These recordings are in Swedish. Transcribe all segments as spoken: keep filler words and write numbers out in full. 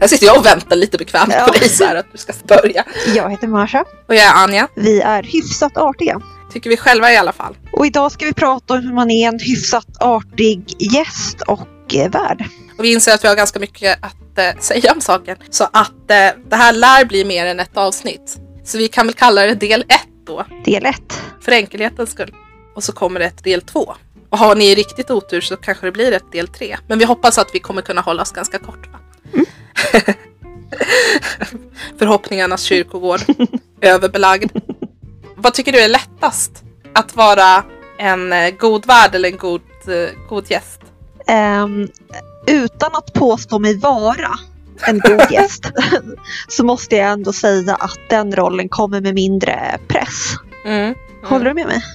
Här sitter jag och väntar lite bekvämt Ja. på dig så här att du ska börja. Jag heter Marsha. Och jag är Anja. Vi är hyfsat artiga. Tycker vi själva i alla fall. Och idag ska vi prata om hur man är en hyfsat artig gäst och eh, värd. Och vi inser att vi har ganska mycket att eh, säga om saken. Så att eh, det här lär bli mer än ett avsnitt. Så vi kan väl kalla det del ett då. Del ett. För enkelhetens skull. Och så kommer det ett del två. Och har ni riktigt otur så kanske det blir ett del tre. Men vi hoppas att vi kommer kunna hålla oss ganska kort, va? Mm. Förhoppningarnas kyrkogård. Överbelagd. Vad tycker du är lättast? Att vara en eh, god värd eller en god, eh, god gäst? Um, utan att påstå mig vara en god gäst så måste jag ändå säga att den rollen kommer med mindre press. Mm. Mm. Håller du med mig?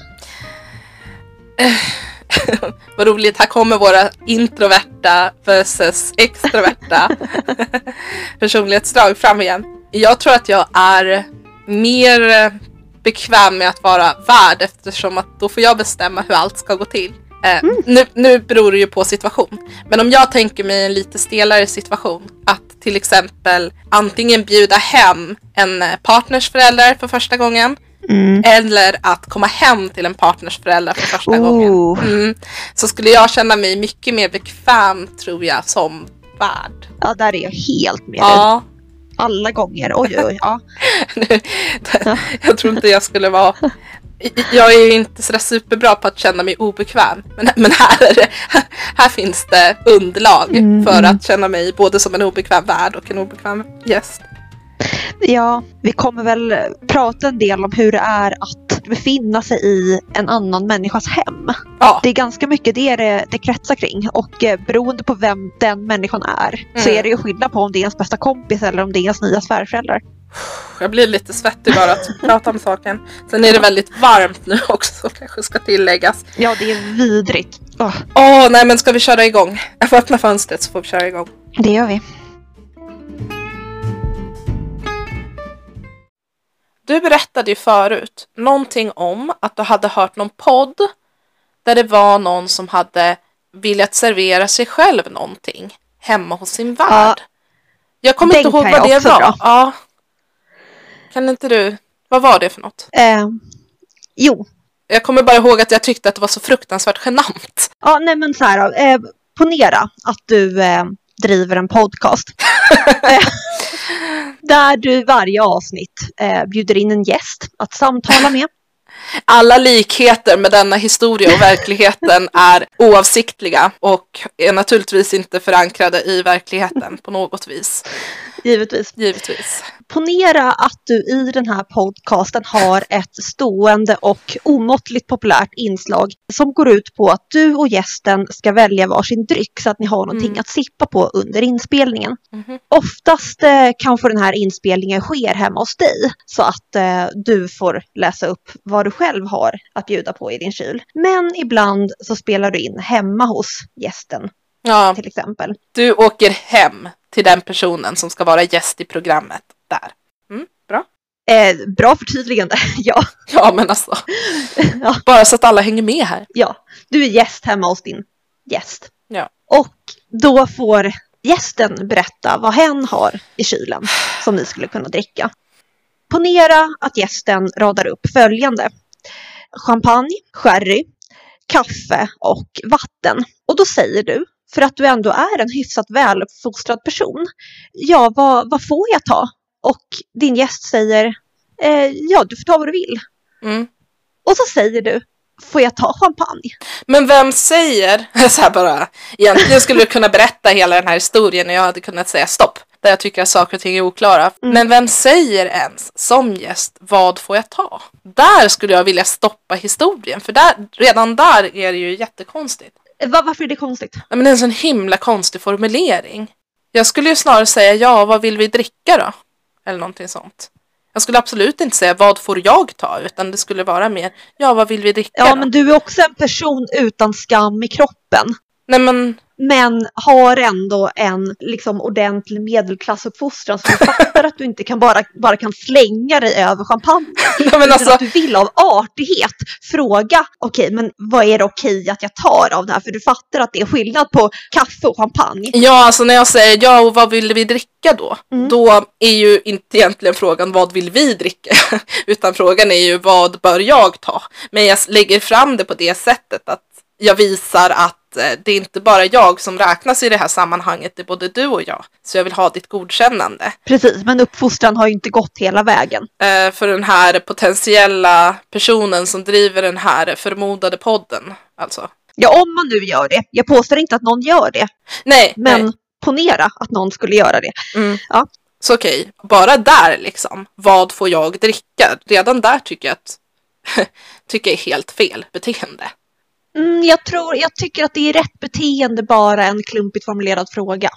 Vad roligt, här kommer våra introverta versus extroverta personlighetsdrag fram igen. Jag tror att jag är mer bekväm med att vara värd eftersom att då får jag bestämma hur allt ska gå till. Eh, mm. nu, nu beror det ju på situation. Men om jag tänker mig en lite stelare situation, att till exempel antingen bjuda hem en partners förälder för första gången, mm. eller att komma hem till en partners förälder för första oh. gången. Mm. Så skulle jag känna mig mycket mer bekväm, tror jag, som värd. Ja, där är jag helt med. Ja. Alla gånger. Oj, oj, ja. Jag tror inte jag skulle vara... Jag är ju inte så superbra på att känna mig obekväm. Men, men här, är det, här finns det underlag mm. för att känna mig både som en obekväm värd och en obekväm gäst. Ja, vi kommer väl prata en del om hur det är att befinna sig i en annan människas hem. Ja. Det är ganska mycket det det, det kretsar kring. Och eh, beroende på vem den människan är mm. så är det ju skillnad på om det är ens bästa kompis eller om det är ens nya svärföräldrar. Jag blir lite svettig bara att prata om saken. Sen är det väldigt varmt nu också, kanske ska tilläggas. Ja, det är vidrigt. Åh, oh. oh, nej men ska vi köra igång? Jag får öppna fönstret så får vi köra igång. Det gör vi. Du berättade ju förut någonting om att du hade hört någon podd där det var någon som hade velat servera sig själv någonting hemma hos sin värd. Ja, jag kommer inte ihåg vad det var. Ja. Kan inte du... Vad var det för något? Eh, jo. Jag kommer bara ihåg att jag tyckte att det var så fruktansvärt genant. Ja, nej men så här. Eh, ponera att du eh, driver en podcast. Där du varje avsnitt eh, bjuder in en gäst att samtala med. Alla likheter med denna historia och verkligheten är oavsiktliga och är naturligtvis inte förankrade i verkligheten på något vis. Givetvis. Givetvis. Ponera att du i den här podcasten har ett stående och omåttligt populärt inslag som går ut på att du och gästen ska välja varsin dryck så att ni har någonting mm. att sippa på under inspelningen. Mm-hmm. Oftast eh, kanske den här inspelningen sker hemma hos dig så att eh, du får läsa upp vad du själv har att bjuda på i din kyl. Men ibland så spelar du in hemma hos gästen. Ja. Till exempel. Du åker hem till den personen som ska vara gäst i programmet där. Mm, bra. Eh, bra förtydligande, ja. Ja, men alltså. Ja. Bara så att alla hänger med här. Ja, du är gäst hemma hos din gäst. Ja. Och då får gästen berätta vad hen har i kylen som ni skulle kunna dricka. Ponera att gästen radar upp följande. Champagne, sherry, kaffe och vatten. Och då säger du, för att du ändå är en hyfsat väluppfostrad person. Ja, vad, vad får jag ta? Och din gäst säger, eh, ja du får ta vad du vill. Mm. Och så säger du, får jag ta champagne? Men vem säger, så här bara, egentligen skulle du kunna berätta hela den här historien och jag hade kunnat säga stopp. Där jag tycker att saker och ting är oklara. Mm. Men vem säger ens som gäst, vad får jag ta? Där skulle jag vilja stoppa historien. För där, redan där är det ju jättekonstigt. Var, varför är det konstigt? Ja, men det är en sån himla konstig formulering. Jag skulle ju snarare säga, ja, vad vill vi dricka då? Eller någonting sånt. Jag skulle absolut inte säga, vad får jag ta? Utan det skulle vara mer, ja, vad vill vi dricka Ja, då? Men du är också en person utan skam i kroppen. Nej, men men har ändå en liksom ordentlig medelklassuppfostran, så du fattar att du inte kan bara, bara kan slänga dig över champagne. Ja, men alltså... att du vill av artighet fråga, okej, okay, men vad är det okej okay att jag tar av det här? För du fattar att det är skillnad på kaffe och champagne. Ja, alltså när jag säger ja, och vad vill vi dricka då? Mm. Då är ju inte egentligen frågan vad vill vi dricka? Utan frågan är ju vad bör jag ta? Men jag lägger fram det på det sättet att jag visar att det är inte bara jag som räknas i det här sammanhanget, det är både du och jag. Så jag vill ha ditt godkännande. Precis, men uppfostran har ju inte gått hela vägen. Eh, för den här potentiella personen som driver den här förmodade podden, alltså. Ja, om man nu gör det. Jag påstår inte att någon gör det. Nej, men nej. Ponera att någon skulle göra det. Mm. Ja. Så okej, okay. Bara där liksom. Vad får jag dricka? Redan där tycker jag att tycker jag är helt fel beteende. Mm, jag tror, jag tycker att det är rätt beteende, bara en klumpigt formulerad fråga.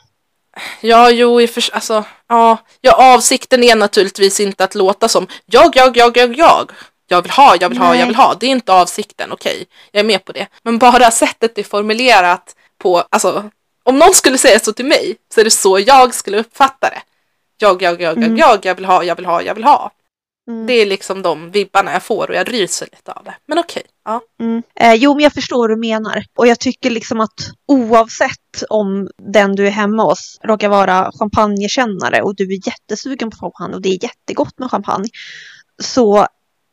Ja, jo, i för, alltså, ja, ja, avsikten är naturligtvis inte att låta som jag, jag, jag, jag, jag. Jag vill ha, jag vill ha, Nej. jag vill ha. Det är inte avsikten, okej. Okay. Jag är med på det. Men bara sättet det är formulerat på, alltså, om någon skulle säga så till mig så är det så jag skulle uppfatta det. Jag, jag, jag, mm. jag, jag, jag vill ha, jag vill ha, jag vill ha. Mm. Det är liksom de vibbarna jag får och jag ryser lite av det. Men okej, okay. ja. Mm. Eh, jo, men jag förstår vad du menar. Och jag tycker liksom att oavsett om den du är hemma hos råkar vara champagnekännare och du är jättesugen på champagne och det är jättegott med champagne, så,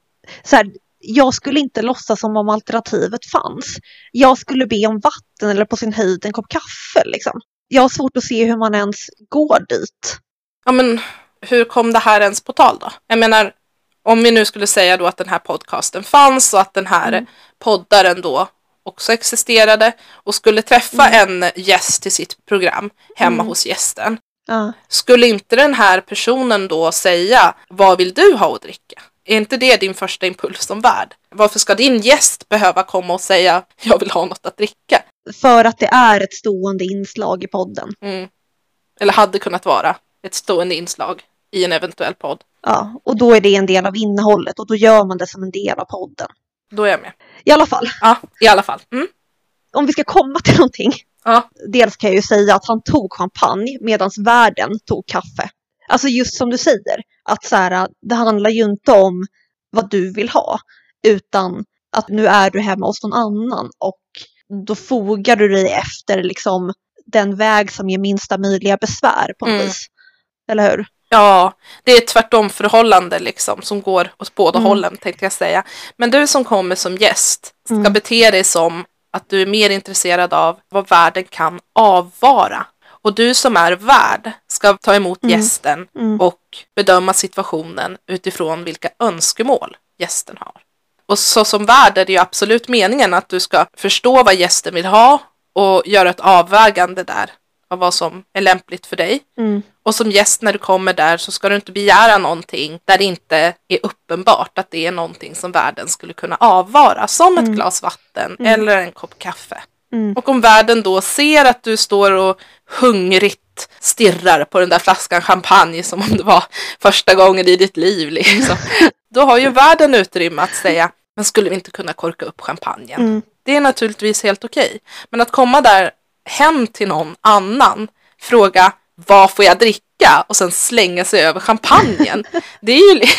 så här, jag skulle inte låtsas som om alternativet fanns. Jag skulle be om vatten eller på sin höjd en kopp kaffe liksom. Jag har svårt att se hur man ens går dit. Ja, men hur kom det här ens på tal då? Jag menar, om vi nu skulle säga då att den här podcasten fanns och att den här mm. poddaren då också existerade och skulle träffa mm. en gäst till sitt program hemma mm. hos gästen. Uh. Skulle inte den här personen då säga, vad vill du ha att dricka? Är inte det din första impuls som värd? Varför ska din gäst behöva komma och säga, jag vill ha något att dricka? För att det är ett stående inslag i podden. Mm. Eller hade kunnat vara ett stående inslag i en eventuell podd. Ja, och då är det en del av innehållet och då gör man det som en del av podden. Då är jag med. I alla fall. Ja, i alla fall. Mm. Om vi ska komma till någonting. Ja. Dels kan jag ju säga att han tog champagne medan världen tog kaffe. Alltså just som du säger, att så här, det handlar ju inte om vad du vill ha, utan att nu är du hemma hos någon annan och då fogar du dig efter liksom den väg som ger minsta möjliga besvär på något mm. vis. Eller hur? Ja, det är ett tvärtom förhållande liksom som går åt båda mm. hållen, tänkte jag säga. Men du som kommer som gäst ska mm. bete dig som att du är mer intresserad av vad världen kan avvara. Och du som är värd ska ta emot mm. gästen mm. och bedöma situationen utifrån vilka önskemål gästen har. Och så som värd är det ju absolut meningen att du ska förstå vad gästen vill ha och göra ett avvägande där av vad som är lämpligt för dig. Mm. Och som gäst när du kommer där så ska du inte begära någonting där det inte är uppenbart att det är någonting som världen skulle kunna avvara. Som mm. ett glas vatten mm. eller en kopp kaffe. Mm. Och om världen då ser att du står och hungrigt stirrar på den där flaskan champagne som om det var första gången i ditt liv liksom. Då har ju världen utrymme att säga, men skulle vi inte kunna korka upp champagnen? Mm. Det är naturligtvis helt okej. Men att komma där hem till någon annan, fråga vad får jag dricka och sen slänga sig över champagnen. Det är ju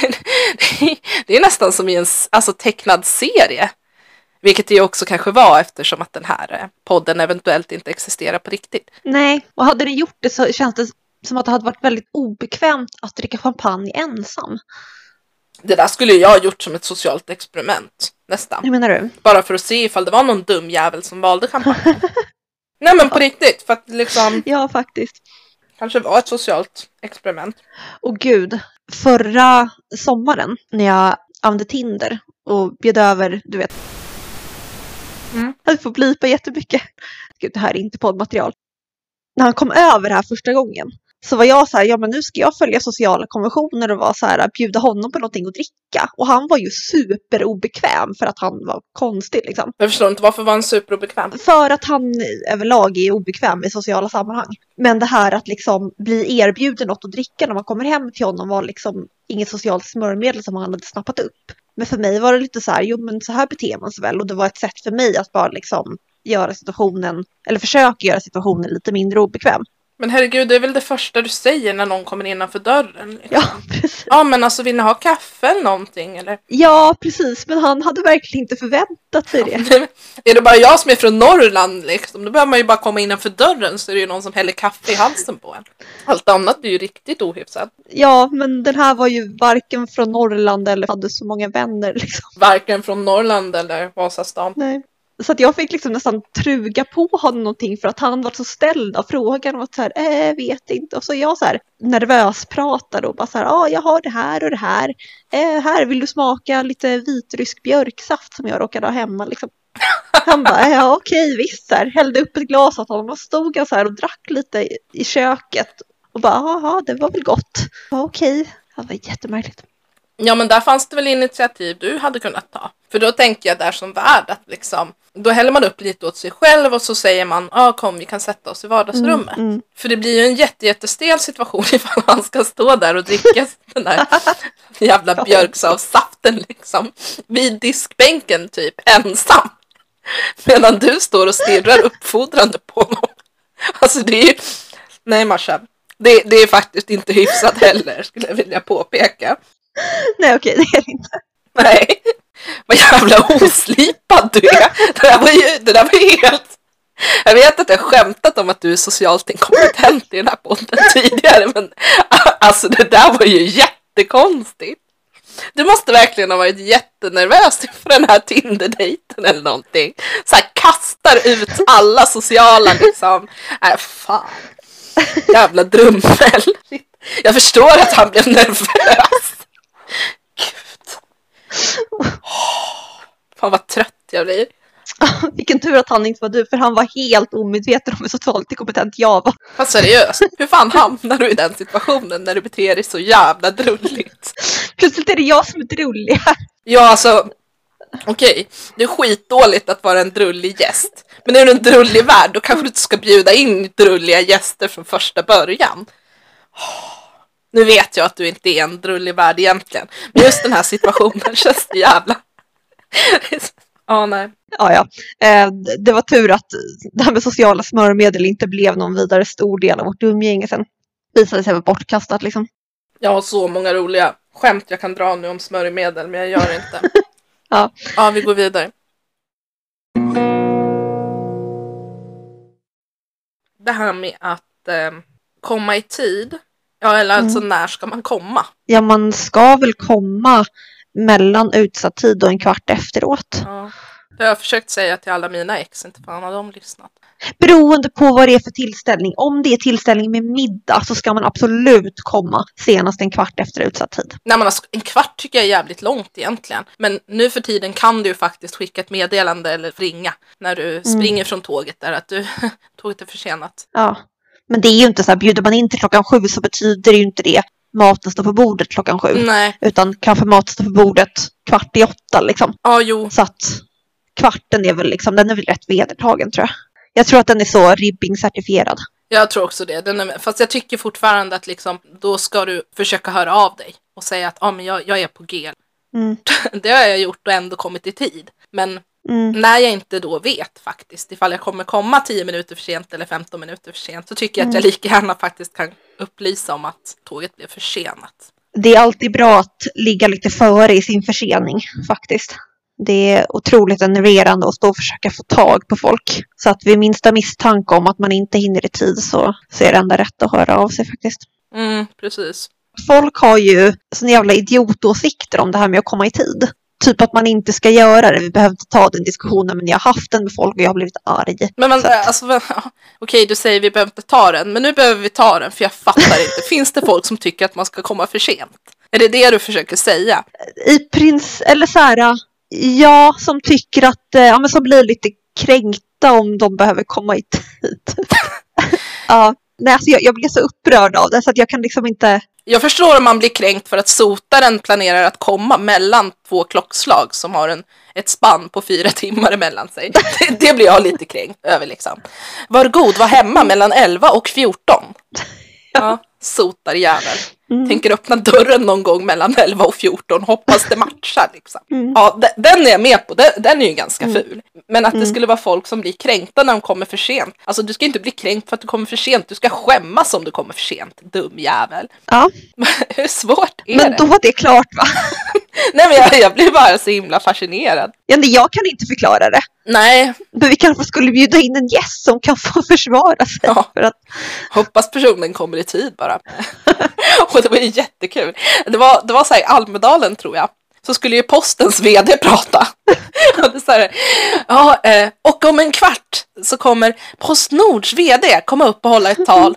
det är nästan som i en alltså, tecknad serie. Vilket det ju också kanske var eftersom att den här podden eventuellt inte existerar på riktigt. Nej, och hade det gjort det så känns det som att det hade varit väldigt obekvämt att dricka champagne ensam. Det där skulle jag ha gjort som ett socialt experiment, nästan. Hur menar du? Bara för att se ifall det var någon dum jävel som valde champagne. Nej men på riktigt, för att liksom... Ja, faktiskt. Kanske var ett socialt experiment. Och gud, förra sommaren när jag använde Tinder och bjöd över, du vet... Mm. Jag får blipa jättemycket. Gud, det här är inte poddmaterial. När han kom över här första gången så var jag så här, ja men nu ska jag följa sociala konventioner och vara så här, bjuda honom på någonting att dricka. Och han var ju superobekväm för att han var konstig liksom. Jag förstår inte, varför var han superobekväm? För att han överlag är obekväm i sociala sammanhang. Men det här att liksom bli erbjuden något att dricka när man kommer hem till honom var liksom inget socialt smörjmedel som han hade snappat upp. Men för mig var det lite så här, jo men så här beter man sig väl. Och det var ett sätt för mig att bara liksom göra situationen, eller försöker göra situationen lite mindre obekväm. Men herregud, det är väl det första du säger när någon kommer innanför dörren. Liksom. Ja, precis. Ja, men alltså vill ni ha kaffe eller någonting? Eller? Ja, precis. Men han hade verkligen inte förväntat sig det. Är det bara jag som är från Norrland liksom? Då behöver man ju bara komma innanför dörren så är det ju någon som häller kaffe i halsen på en. Allt annat är ju riktigt ohyfsat. Ja, men den här var ju varken från Norrland eller hade så många vänner liksom. Varken från Norrland eller Vasastan. Nej. Så att jag fick liksom nästan truga på honom någonting för att han var så ställd av frågan och var så här, äh, vet inte. Och så jag så här nervös pratade och bara så här, ja, ah, jag har det här och det här. Äh, här vill du smaka lite vitrysk björksaft som jag råkade ha hemma liksom. Han bara, ja okej, visst så här. Hällde upp ett glas åt honom och stod jag så här och drack lite i, i köket. Och bara, jaha, det var väl gott. Ja, okej, det var jättemärkligt. Ja, men där fanns det väl initiativ du hade kunnat ta. För då tänker jag där som värd att liksom, då häller man upp lite åt sig själv och så säger man, ja ah, kom vi kan sätta oss i vardagsrummet. Mm, mm. För det blir ju en jätte, jättestel situation ifall man ska stå där och dricka den där jävla björksavsaften liksom. Vid diskbänken typ, ensam. Medan du står och stirrar uppfordrande på honom. Alltså det är ju, nej Marsha, det, det är faktiskt inte hyfsat heller skulle jag vilja påpeka. Nej okej, det är det inte. Nej, vad jävla oslipad du är. Det där var ju, det där var ju helt... Jag vet att jag skämtat om att du är socialt inkompetent i den här podden tidigare, men alltså det där var ju jättekonstigt. Du måste verkligen ha varit jättenervös inför den här Tinder-dejten eller någonting. Så här kastar ut alla sociala liksom. Nej, fan. Jävla drummel. Jag förstår att han blev nervös. Gud. Oh, fan vad trött jag blir. Vilken tur att han inte var du, för han var helt omedveten om hur socialt inkompetent jag var. Fast seriöst, hur fan hamnar du i den situationen när du beter dig så jävla drulligt? Plötsligt är det jag som är drullig här. Ja, alltså, okej, okay, det är skitdåligt att vara en drullig gäst. Men är du en drullig värd, då kanske du inte ska bjuda in drulliga gäster från första början. Oh. Nu vet jag att du inte är en drullig värld egentligen. Men just den här situationen känns det jävla... Ja, nej. Ja, ja. Eh, det var tur att det här med sociala smörmedel inte blev någon vidare stor del av vårt umgänge sen. Visade sig vara bortkastat liksom. Jag har så många roliga skämt jag kan dra nu om smörmedel, men jag gör det inte. Ja. Ja, vi går vidare. Det här med att eh, komma i tid. Ja, eller alltså mm. när ska man komma? Ja, man ska väl komma mellan utsatt tid och en kvart efteråt. Ja. Det har jag försökt säga till alla mina ex, inte fan har de lyssnat. Beroende på vad det är för tillställning. Om det är tillställning med middag så ska man absolut komma senast en kvart efter utsatt tid. Nej, men alltså, en kvart tycker jag är jävligt långt egentligen. Men nu för tiden kan du ju faktiskt skicka ett meddelande eller ringa när du mm. springer från tåget där att du tåget är försenat. Ja, men det är ju inte så här, bjuder man in till klockan sju så betyder det ju inte det. Maten står på bordet klockan sju. Nej. Utan kanske maten står på bordet kvart i åtta liksom. Ja, jo. Så att kvarten är väl liksom, den är väl rätt vedertagen tror jag. Jag tror att den är så ribbing-certifierad. Jag tror också det. Den är, fast jag tycker fortfarande att liksom, då ska du försöka höra av dig och säga att ah, men jag, jag är på G. Mm. Det har jag gjort och ändå kommit i tid. Men mm. när jag inte då vet faktiskt ifall jag kommer komma tio minuter för sent eller femton minuter för sent så tycker jag mm. att jag lika gärna faktiskt kan upplysa om att tåget blev försenat. Det är alltid bra att ligga lite före i sin försening faktiskt. Det är otroligt enerverande att stå och försöka få tag på folk. Så att vid minsta misstanke om att man inte hinner i tid så, så är det enda rätt att höra av sig faktiskt. Mm, precis. Folk har ju såna jävla idiotåsikter om det här med att komma i tid. Typ att man inte ska göra det. Vi behöver inte ta den diskussionen, men jag har haft den med folk och jag har blivit arg. Men man, alltså, okej, okay, du säger vi behöver inte ta den, men nu behöver vi ta den för jag fattar inte. Finns det folk som tycker att man ska komma för sent? Är det det du försöker säga? I prins, eller så här, ja, som tycker att, ja men som blir lite kränkta om de behöver komma i tid. Ja, nej, alltså jag, jag blir så upprörd av det så att jag kan liksom inte... Jag förstår om man blir kränkt för att sotaren planerar att komma mellan två klockslag som har en, ett spann på fyra timmar emellan sig. Det, det blir jag lite kränkt över liksom. Var god, var hemma mellan elva och fjorton. Ja, sotarjävel. Mm. Tänker öppna dörren någon gång mellan elva och fjorton. Hoppas det matchar liksom. Mm. Ja, d- den är jag med på. Den, den är ju ganska Mm. ful. Men att det Mm. skulle vara folk som blir kränkta när de kommer för sent. Alltså du ska inte bli kränkt för att du kommer för sent. Du ska skämmas om du kommer för sent. Dum jävel. Ja. Hur svårt är Men det? då var det klart, va? Nej men jag, jag blir bara så himla fascinerad. Ja, nej, jag kan inte förklara det. Nej, Men vi kanske skulle bjuda in en gäst som kan få försvara sig. Ja. För att, hoppas personen kommer i tid bara. Och det var ju jättekul. Det var, det var så här i Almedalen tror jag. Så skulle ju postens vd prata. Och det så här, ja, eh, och om en kvart så kommer Postnords vd komma upp och hålla ett tal.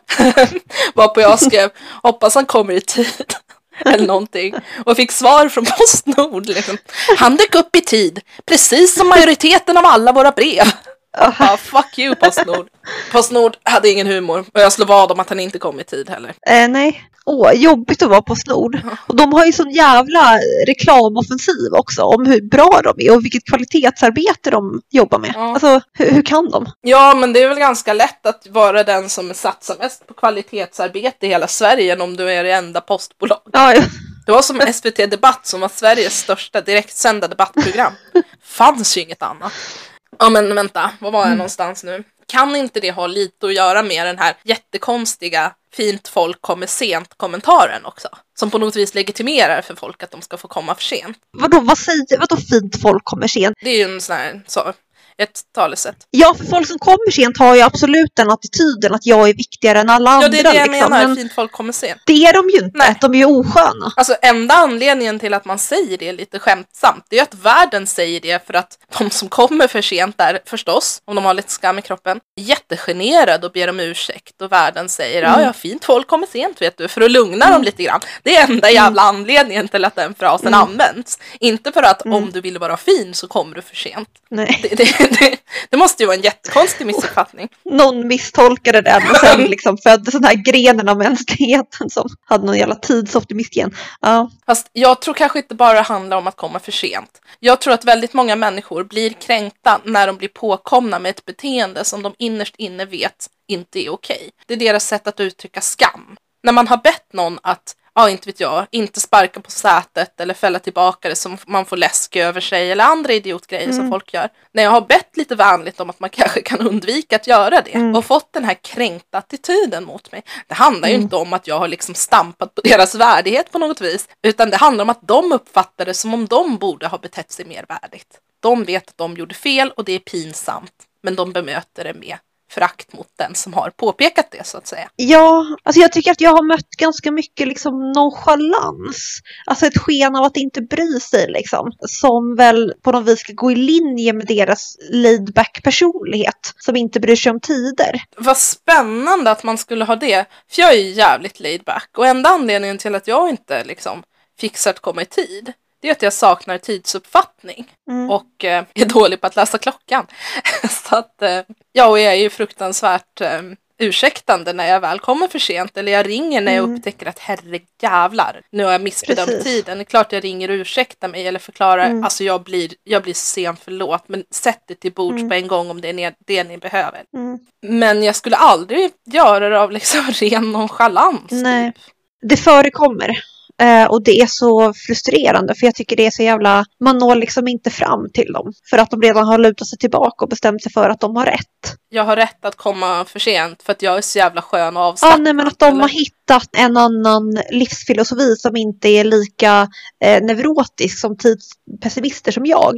Varpå jag skrev, hoppas han kommer i tid. Eller någonting. Och fick svar från Postnord. Liksom. Han dök upp i tid. Precis som majoriteten av alla våra brev. Ja, fuck you Postnord. Postnord hade ingen humor. Och jag slår vad om att han inte kom i tid heller. eh, nej. Åh, jobbigt att vara på Snord. Och de har ju sån jävla reklamoffensiv också om hur bra de är och vilket kvalitetsarbete de jobbar med. Ja. Alltså, hur, hur kan de? Ja, men det är väl ganska lätt att vara den som satsar mest på kvalitetsarbete i hela Sverige om du är det enda postbolag. Ja, ja. Det var som S V T Debatt som var Sveriges största direktsända debattprogram. Fanns ju inget annat. Ja men vänta, var var jag någonstans nu? Kan inte det ha lite att göra med den här jättekonstiga fint folk kommer sent-kommentaren också? Som på något vis legitimerar för folk att de ska få komma för sent. Vadå, vad säger, vadå fint folk kommer sent? Det är ju en sån här, så, ett talesätt. Ja, för folk som kommer sent har ju absolut den attityden att jag är viktigare än alla andra. Ja, det är det jag liksom. menar, Men fint folk kommer sent. det är de ju inte, Nej. de är ju osköna. Alltså enda anledningen till att man säger det lite skämtsamt, det är att världen säger det för att de som kommer för sent där, förstås, om de har lite skam i kroppen, är jättegenerade och ber om ursäkt och världen säger, ja, ja, fint folk kommer sent vet du, för att lugna Mm. dem lite grann. Det är enda jävla anledningen till att den frasen Mm. används. Inte för att Mm. om du vill vara fin så kommer du för sent. Nej. Det, det, det, det måste ju vara en jättekonstig missuppfattning. Någon misstolkade den och sen liksom föddes den här grenen av mänskligheten som hade någon jävla tidsoptimist igen. Ja. Fast jag tror kanske inte bara det handlar om att komma för sent. Jag tror att väldigt många människor blir kränkta när de blir påkomna med ett beteende som de innerst inne vet inte är okej. Det är deras sätt att uttrycka skam. När man har bett någon att, ja inte vet jag, inte sparka på sätet eller fälla tillbaka det som man får läsk över sig eller andra idiotgrejer Mm. som folk gör. När jag har bett lite vänligt om att man kanske kan undvika att göra det Mm. och fått den här kränkta attityden mot mig. Det handlar ju Mm. inte om att jag har liksom stampat på deras värdighet på något vis, utan det handlar om att de uppfattar det som om de borde ha betett sig mer värdigt. De vet att de gjorde fel och det är pinsamt, men de bemöter det med förakt mot den som har påpekat det så att säga. Ja, alltså jag tycker att jag har mött ganska mycket liksom nonchalans. Alltså ett sken av att inte bry sig liksom. Som väl på något vis ska gå i linje med deras laid-back personlighet. Som inte bryr sig om tider. Vad spännande att man skulle ha det. För jag är ju jävligt laid back. Och enda anledningen till att jag inte liksom fixar att komma i tid, det är att jag saknar tidsuppfattning. Mm. Och eh, är dålig på att läsa klockan. Så att eh, ja, och jag är ju fruktansvärt eh, ursäktande när jag väl kommer för sent. Eller jag ringer när jag Mm. upptäcker att herrejävlar, nu har jag missbedömt Precis. tiden. Det är klart jag ringer och ursäktar mig eller förklarar. Mm. Alltså jag blir, jag blir sen, förlåt. Men sätt det till bords Mm. på en gång om det är ne- det ni behöver. Mm. Men jag skulle aldrig göra det av liksom ren nonchalans. Nej. Typ. Det förekommer. Eh, och det är så frustrerande för jag tycker det är så jävla, man når liksom inte fram till dem. För att de redan har lutat sig tillbaka och bestämt sig för att de har rätt. Jag har rätt att komma för sent för att jag är så jävla skön och Ja, avslappnad. nej, men att de eller? har hittat en annan livsfilosofi som inte är lika eh, neurotisk som tidspessimister som jag.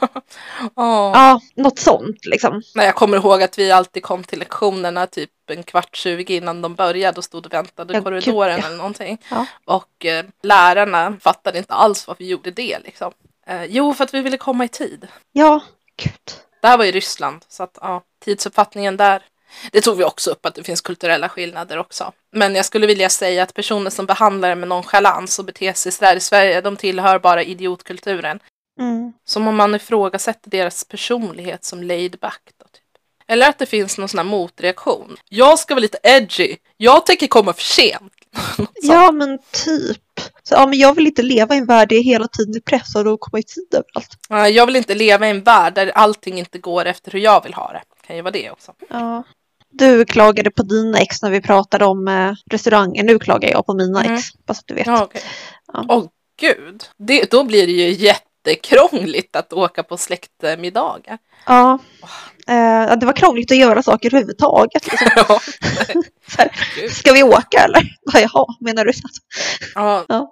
Ja. Ja, något sånt liksom. Nej, jag kommer ihåg att vi alltid kom till lektionerna typ en kvart tjugo innan de började och stod och väntade i Ja, korridoren gud, ja. eller någonting. Ja. Och eh, lärarna fattade inte alls varför vi gjorde det liksom. Eh, jo, för att vi ville komma i tid. Ja, gud. Det här var i Ryssland, så att ja, tidsuppfattningen där. Det tog vi också upp att det finns kulturella skillnader också. Men jag skulle vilja säga att personer som behandlar det med nonchalans och beter sig sådär i Sverige, de tillhör bara idiotkulturen. Mm. Som om man ifrågasätter deras personlighet som laid back då, typ. Eller att det finns någon sån här motreaktion. Jag ska vara lite edgy. Jag tänker komma för sent. Ja, men typ. Så, ja, men jag vill inte leva i en värld där jag hela tiden är pressad och komma i tid överallt. Uh, jag vill inte leva i en värld där allting inte går efter hur jag vill ha det. Kan ju vara det också. Ja. Du klagade på dina ex när vi pratade om eh, restaurangen. Nu klagar jag på mina Mm. ex, bara så att du vet. Ja, okej. Ja. Åh gud, det, då blir det ju jättekrångligt att åka på släktmiddagar. Ja, eh, det var krångligt att göra saker överhuvudtaget. Liksom. Ja. Så här, ska vi åka eller? Jaha, menar du så? Ja. Ja.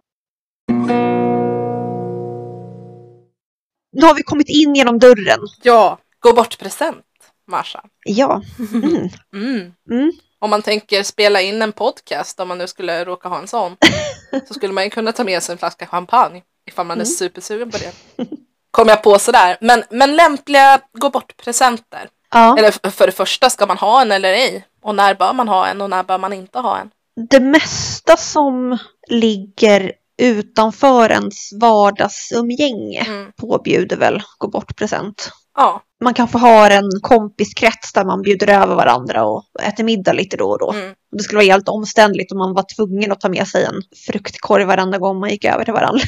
Nu har vi kommit in genom dörren. Ja, gå bort present, Marsha. Ja. Mm. Mm. Mm. Om man tänker spela in en podcast, om man nu skulle råka ha en sån, så skulle man ju kunna ta med sig en flaska champagne ifall man Mm. är supersugen på det. Kom jag på sådär. Men, men lämpliga gå bort presenter. Ja. Eller för det första, ska man ha en eller ej? Och när bör man ha en och när bör man inte ha en? Det mesta som ligger utanför ens vardagsumgänge Mm. påbjuder väl gå bort present. Ja. Man kanske har en kompiskrets där man bjuder över varandra och äter middag lite då och då. Mm. Det skulle vara helt omständligt om man var tvungen att ta med sig en fruktkorg varenda gång man gick över till varandra.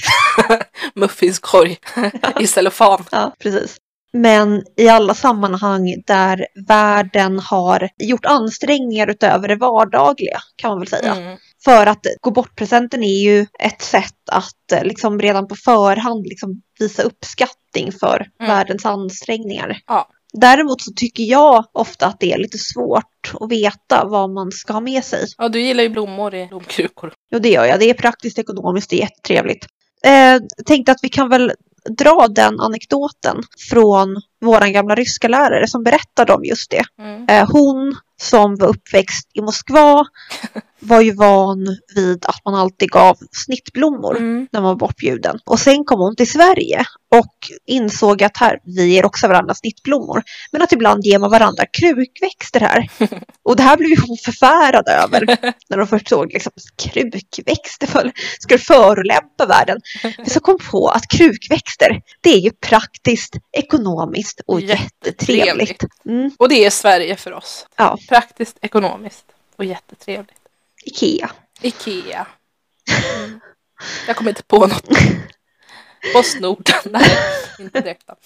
Muffinskorg i cellofan. Ja, precis. Men i alla sammanhang där världen har gjort ansträngningar utöver det vardagliga, kan man väl säga. Mm. För att gå bort-presenten är ju ett sätt att eh, liksom redan på förhand liksom visa uppskattning för Mm. världens ansträngningar. Ja. Däremot så tycker jag ofta att det är lite svårt att veta vad man ska ha med sig. Ja, du gillar ju blommor i blomkrukor. Och det gör jag. Det är praktiskt, ekonomiskt, det är jättetrevligt. Eh, tänkte att vi kan väl dra den anekdoten från våran gamla ryska lärare som berättade om just det. Mm. Eh, hon som var uppväxt i Moskva var ju van vid att man alltid gav snittblommor Mm. när man var bortbjuden. Och sen kom hon till Sverige och insåg att här, vi ger också varandra snittblommor. Men att ibland ger man varandra krukväxter här. Och det här blev ju hon förfärad över när de först såg liksom, krukväxter. För, ska du förolämpa världen? Men så kom på att krukväxter, det är ju praktiskt, ekonomiskt och jättetrevligt. Mm. Och det är Sverige för oss. Ja, Praktiskt, ekonomiskt och jättetrevligt. Ikea. Ikea. Mm. Jag kommer inte på något. Postnord. Nej, inte direkt då.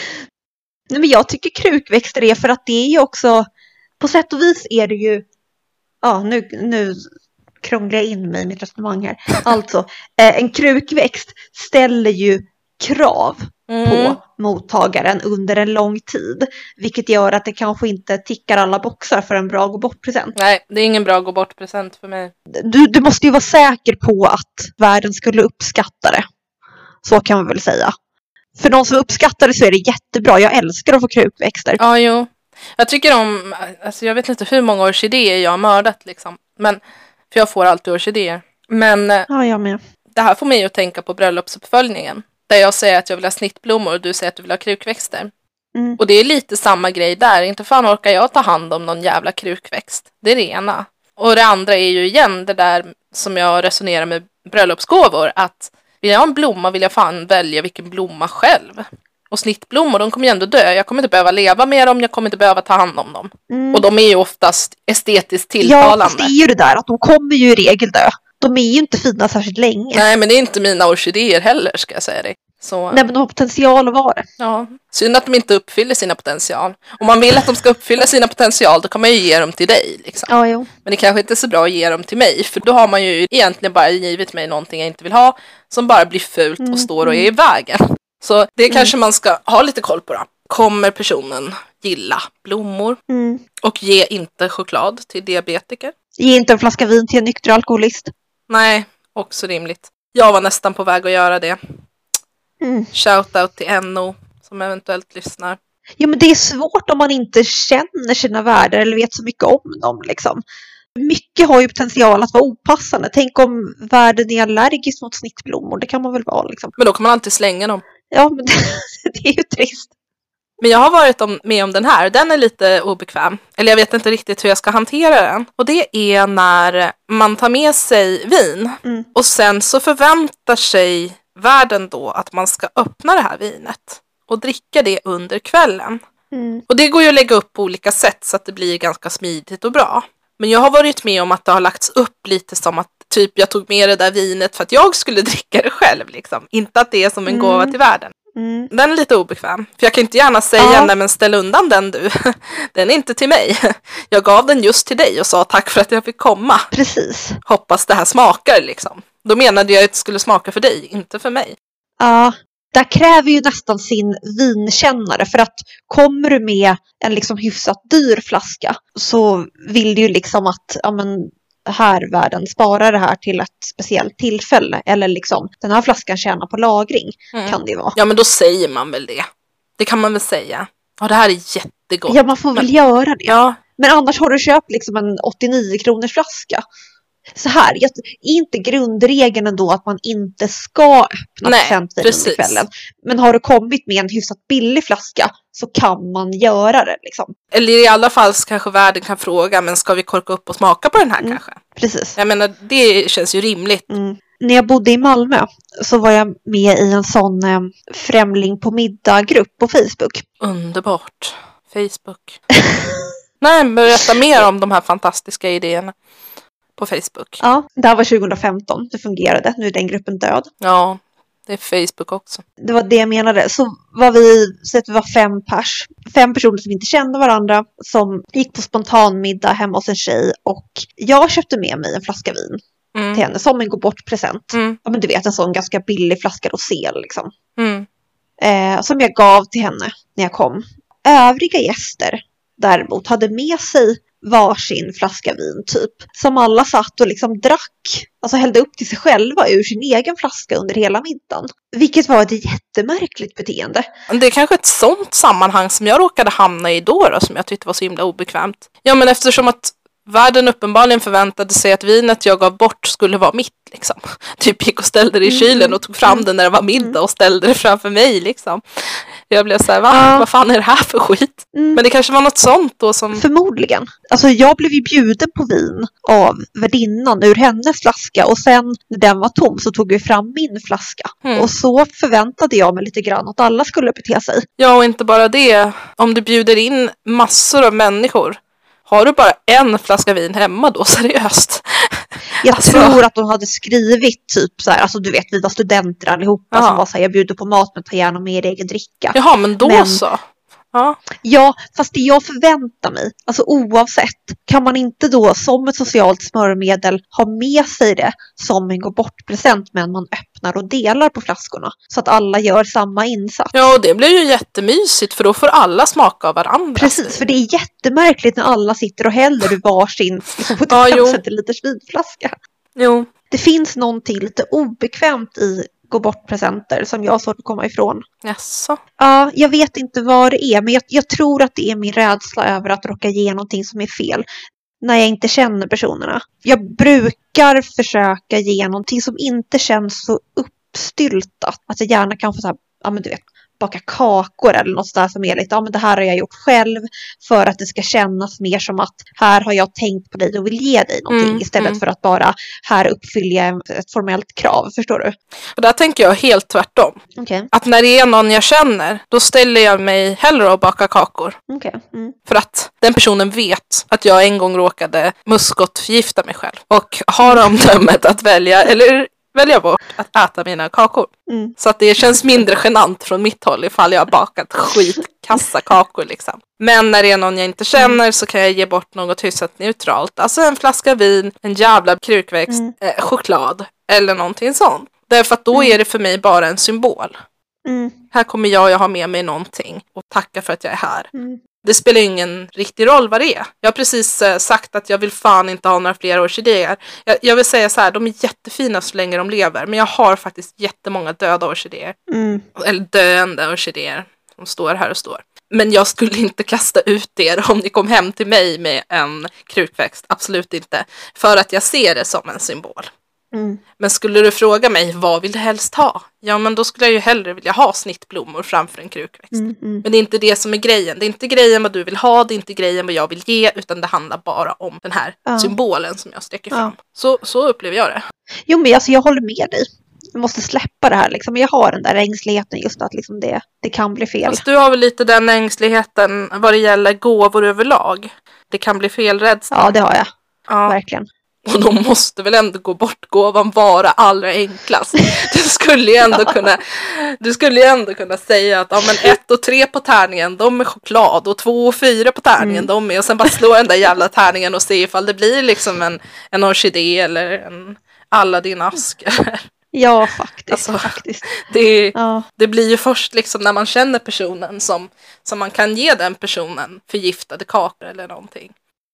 Nej, men jag tycker krukväxter är för att det är ju också, på sätt och vis är det ju, ja nu, nu krånglar jag in mig i mitt resonemang här. Alltså, eh, en krukväxt ställer ju krav Mm. på mottagaren under en lång tid. Vilket gör att det kanske inte tickar alla boxar för en bra gå bort-present. Nej, det är ingen bra gå bort-present för mig. Du, du måste ju vara säker på att världen skulle uppskatta det. Så kan man väl säga. För de som uppskattar det så är det jättebra. Jag älskar att få krukväxter. Ja, jo. Jag tycker om, alltså jag vet inte hur många orkidéer jag har mördat liksom. Men, för jag får alltid orkidéer. Men Ja, jag med. det här får mig att tänka på bröllopsuppföljningen. Där jag säger att jag vill ha snittblommor och du säger att du vill ha krukväxter. Mm. Och det är lite samma grej där. Inte fan orkar jag ta hand om någon jävla krukväxt. Det är det ena. Och det andra är ju igen det där som jag resonerar med bröllopsgåvor. Att vill jag ha en blomma vill jag fan välja vilken blomma själv. Och snittblommor, de kommer ju ändå dö. Jag kommer inte behöva leva med dem, jag kommer inte behöva ta hand om dem. Mm. Och de är ju oftast estetiskt Ja, tilltalande. fast det är ju det där att de kommer ju i regel dö. De är ju inte fina särskilt länge. Nej, men det är inte mina orkidéer heller, ska jag säga det. Så, Nej, men de har potential att vara det. ja. Synd att de inte uppfyller sina potential. Om man vill att de ska uppfylla sina potential, då kan man ju ge dem till dig. Liksom. Ja, jo. Men det kanske inte är så bra att ge dem till mig. För då har man ju egentligen bara givit mig någonting jag inte vill ha. Som bara blir fult och Mm, står och är i vägen. Så det kanske man ska ha lite koll på då. Kommer personen gilla blommor? Mm. Och ge inte choklad till diabetiker? Ge inte en flaska vin till en nykter alkoholist. Nej, också rimligt. Jag var nästan på väg att göra det. Mm. Shoutout till N O som eventuellt lyssnar. Ja, men det är svårt om man inte känner sina värdar eller vet så mycket om dem. Liksom. Mycket har ju potential att vara opassande. Tänk om världen är allergisk mot snittblommor. Det kan man väl vara. Liksom. Men då kan man alltid slänga dem. Ja, men det, det är ju trist. Men jag har varit om, med om den här. Den är lite obekväm. Eller jag vet inte riktigt hur jag ska hantera den. Och det är när man tar med sig vin. Mm. Och sen så förväntar sig världen då att man ska öppna det här vinet. Och dricka det under kvällen. Mm. Och det går ju att lägga upp på olika sätt så att det blir ganska smidigt och bra. Men jag har varit med om att det har lagts upp lite som att typ jag tog med det där vinet för att jag skulle dricka det själv. Liksom. Inte att det är som en Mm. gåva till världen. Mm. Den är lite obekväm. För jag kan inte gärna säga, Ja. nej men ställ undan den du. Den är inte till mig. Jag gav den just till dig och sa tack för att jag fick komma. Precis. Hoppas det här smakar liksom. Då menade jag att det skulle smaka för dig, inte för mig. Ja, där kräver ju nästan sin vinkännare. För att kommer du med en liksom hyfsat dyr flaska så vill du ju liksom att ja, men, här världen sparar det här till ett speciellt tillfälle. Eller liksom den här flaskan tjänar på lagring Mm. kan det ju vara. Ja men då säger man väl det. Det kan man väl säga. Ja det här är jättegott. Ja, man får väl men... göra det. Ja. Men annars har du köpt liksom en åttionio kronors flaska. Så här, är inte grundregeln ändå att man inte ska öppna Nej, presentvin precis. under kvällen. Men har du kommit med en hyfsat billig flaska så kan man göra det liksom. Eller i alla fall så kanske världen kan fråga, men ska vi korka upp och smaka på den här Mm. kanske? Precis. Jag menar, det känns ju rimligt. Mm. När jag bodde i Malmö så var jag med i en sån eh, främling på middag-grupp på Facebook. Underbart. Facebook. Nej, berätta mer om de här fantastiska idéerna på Facebook. Ja, det här var tjugohundrafemton. Det fungerade. Nu är den gruppen död. Ja, det är Facebook också. Det var det jag menade. Så var vi, så att vi var fem pers. Fem personer som inte kände varandra. Som gick på spontanmiddag hemma hos en tjej. Och jag köpte med mig en flaska vin Mm. till henne. Som en gå bort present. Mm. Ja men du vet en sån ganska billig flaska rosé liksom. Mm. Eh, som jag gav till henne när jag kom. Övriga gäster däremot hade med sig varsin flaska vin typ. Som alla satt och liksom drack. Alltså hällde upp till sig själva ur sin egen flaska under hela middagen. Vilket var ett jättemärkligt beteende. Det är kanske ett sånt sammanhang som jag råkade hamna i då, då som jag tyckte var så himla obekvämt. Ja men eftersom att världen uppenbarligen förväntade sig att vinet jag gav bort skulle vara mitt liksom. Typ gick och ställde det i kylen och tog fram det när det var middag och ställde det framför mig liksom. Jag blev så här, va? Ja. Vad fan är det här för skit? Mm. Men det kanske var något sånt då som... Förmodligen. Alltså jag blev ju bjuden på vin av värdinnan ur hennes flaska. Och sen när den var tom så tog vi fram min flaska. Mm. Och så förväntade jag mig lite grann att alla skulle bete sig. Ja, och inte bara det. Om du bjuder in massor av människor, har du bara en flaska vin hemma då, seriöst? Jag Alltså- tror att de hade skrivit typ så här, alltså du vet vi var studenter allihopa Ja. som var så här, jag bjuder på mat men ta gärna med er egen dricka. Jaha, men då Men- så. Ja. Ja, fast det jag förväntar mig, alltså oavsett, kan man inte då som ett socialt smörjmedel ha med sig det som en gå bort-present men man öppnar och delar på flaskorna så att alla gör samma insats. Ja, och det blir ju jättemysigt för då får alla smaka av varandra. Precis, för det är jättemärkligt när alla sitter och häller ur varsin liksom, Ja, jo. sjuttiofem centiliters vinflaska. Jo. Det finns någonting lite obekvämt i gå bort-presenter som jag har svårt att komma ifrån. Jaså. Ja, jag vet inte vad det är, men jag, jag tror att det är min rädsla över att råka ge någonting som är fel när jag inte känner personerna. Jag brukar försöka ge någonting som inte känns så uppstyltat. Att jag gärna kan få så här, ja men du vet, baka kakor eller något där som är lite, ja men det här har jag gjort själv för att det ska kännas mer som att här har jag tänkt på dig och vill ge dig någonting Mm, istället mm. för att bara här uppfylla jag ett formellt krav, förstår du? Och där tänker jag helt tvärtom. Okej, Att när det är någon jag känner, då ställer jag mig hellre och bakar kakor. okej. Mm. För att den personen vet att jag en gång råkade muskotförgifta mig själv. Och har omdömet att välja, eller välja bort att äta mina kakor. Mm. Så att det känns mindre genant från mitt håll ifall jag har bakat skitkassa kakor liksom. Men när det är någon jag inte känner så kan jag ge bort något hyfsat neutralt. Alltså en flaska vin, en jävla krukväxt, Mm. eh, choklad eller någonting sånt. Därför att då är det för mig bara en symbol. Mm. Här kommer jag, jag har med mig någonting och tacka för att jag är här. Mm. Det spelar ingen riktig roll vad det är. Jag har precis eh, sagt att jag vill fan inte ha några fler orkidéer. Jag, jag vill säga så här, de är jättefina så länge de lever. Men jag har faktiskt jättemånga döda orkidéer. Mm. Eller döende orkidéer. De står här och står. Men jag skulle inte kasta ut er om ni kom hem till mig med en krukväxt. Absolut inte. För att jag ser det som en symbol. Mm. Men skulle du fråga mig, vad vill du helst ha? Ja, men då skulle jag ju hellre vilja ha snittblommor framför en krukväxt. Mm. Mm. Men det är inte det som är grejen. Det är inte grejen vad du vill ha, det är inte grejen vad jag vill ge, utan det handlar bara om den här Ja. symbolen som jag sträcker Ja. fram. Så, så upplever jag det. Jo, men alltså, jag håller med dig. Jag måste släppa det här. Liksom. Jag har den där ängsligheten just att liksom, det, det kan bli fel. Fast du har väl lite den ängsligheten vad det gäller gåvor överlag. Det kan bli felrädsla. Ja, det har jag. Ja. Verkligen. Och de måste väl ändå gå bort gåvan vara allra enklast. Du skulle ju ändå kunna, du skulle ju ändå kunna säga att ja, men ett och tre på tärningen, de är choklad. Och två och fyra på tärningen, mm. de är. Och sen bara slå den där jävla tärningen och se ifall det blir liksom en, en orkidé eller en Aladdin-ask. Ja, faktiskt. Alltså, faktiskt. Det, ja. det blir ju först liksom när man känner personen som, som man kan ge den personen förgiftade kakor eller någonting.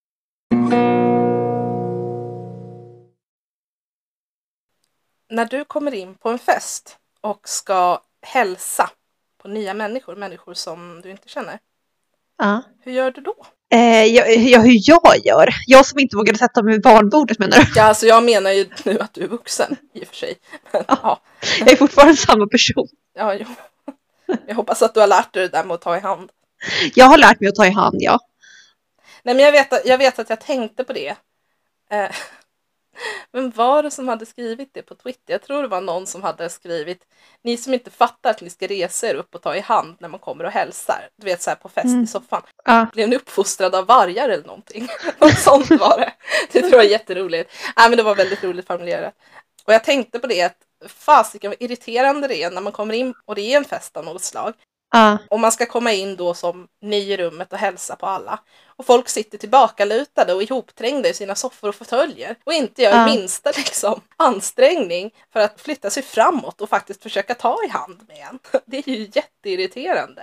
När du kommer in på en fest och ska hälsa på nya människor, människor som du inte känner. Ja. Hur gör du då? Eh, jag, jag, hur jag gör? Jag som inte vågade sätta mig vid barnbordet, menar du? Ja, alltså jag menar ju nu att du är vuxen, i och för sig. Men, ja. Ja. Jag är fortfarande samma person. Ja, jo. Jag hoppas att du har lärt dig det där med att ta i hand. Jag har lärt mig att ta i hand, ja. Nej, men jag vet att jag, vet att jag tänkte på det. Eh, men var det som hade skrivit det på Twitter? Jag tror det var någon som hade skrivit: ni som inte fattar att ni ska resa er upp och ta i hand när man kommer och hälsar. Du vet, så här på fest mm. i soffan. Ja. Blev ni uppfostrad av vargar eller någonting? Något sånt var det. Det tror jag är jätteroligt. Nej, men det var väldigt roligt formulerat. Och jag tänkte på det att fasiken vad irriterande det är när man kommer in och det är en fest av något slag. Uh. Och man ska komma in då som ny i rummet och hälsa på alla. Och folk sitter tillbakalutade och ihopträngda i sina soffor och fåtöljer. Och inte gör uh. minsta liksom, ansträngning för att flytta sig framåt och faktiskt försöka ta i hand med en. Det är ju jätteirriterande.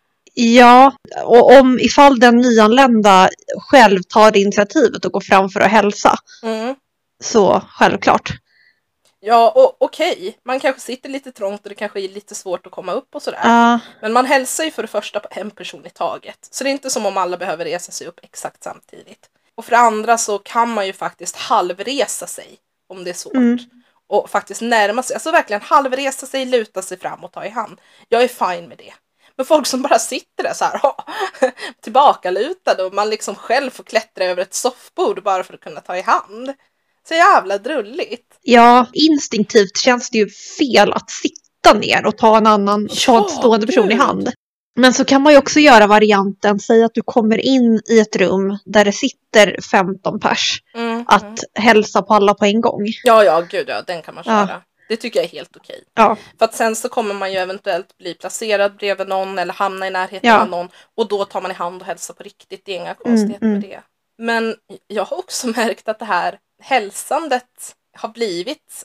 Ja, och om ifall den nyanlända själv tar initiativet och går fram för att hälsa. Mm. Så självklart. Ja, och okej. Okay. Man kanske sitter lite trångt och det kanske är lite svårt att komma upp och sådär. Uh. Men man hälsar ju för det första på en person i taget. Så det är inte som om alla behöver resa sig upp exakt samtidigt. Och för det andra så kan man ju faktiskt halvresa sig om det är svårt. Mm. Och faktiskt närma sig. Alltså verkligen halvresa sig, luta sig fram och ta i hand. Jag är fine med det. Men folk som bara sitter där så här tillbakalutade och man liksom själv får klättra över ett soffbord bara för att kunna ta i hand. Så jävla drulligt. Ja, instinktivt känns det ju fel att sitta ner och ta en annan ja, ta en stående person gud. i hand. Men så kan man ju också göra varianten, säg att du kommer in i ett rum där det sitter femton pers. Mm, att mm. hälsa på alla på en gång. Ja, ja, gud ja, den kan man köra. Ja. Det tycker jag är helt okej. Ja. För att sen så kommer man ju eventuellt bli placerad bredvid någon eller hamna i närheten ja. av någon. Och då tar man i hand och hälsar på riktigt. Det är inga konstigheter mm, med det. Men jag har också märkt att det här hälsandet har blivit...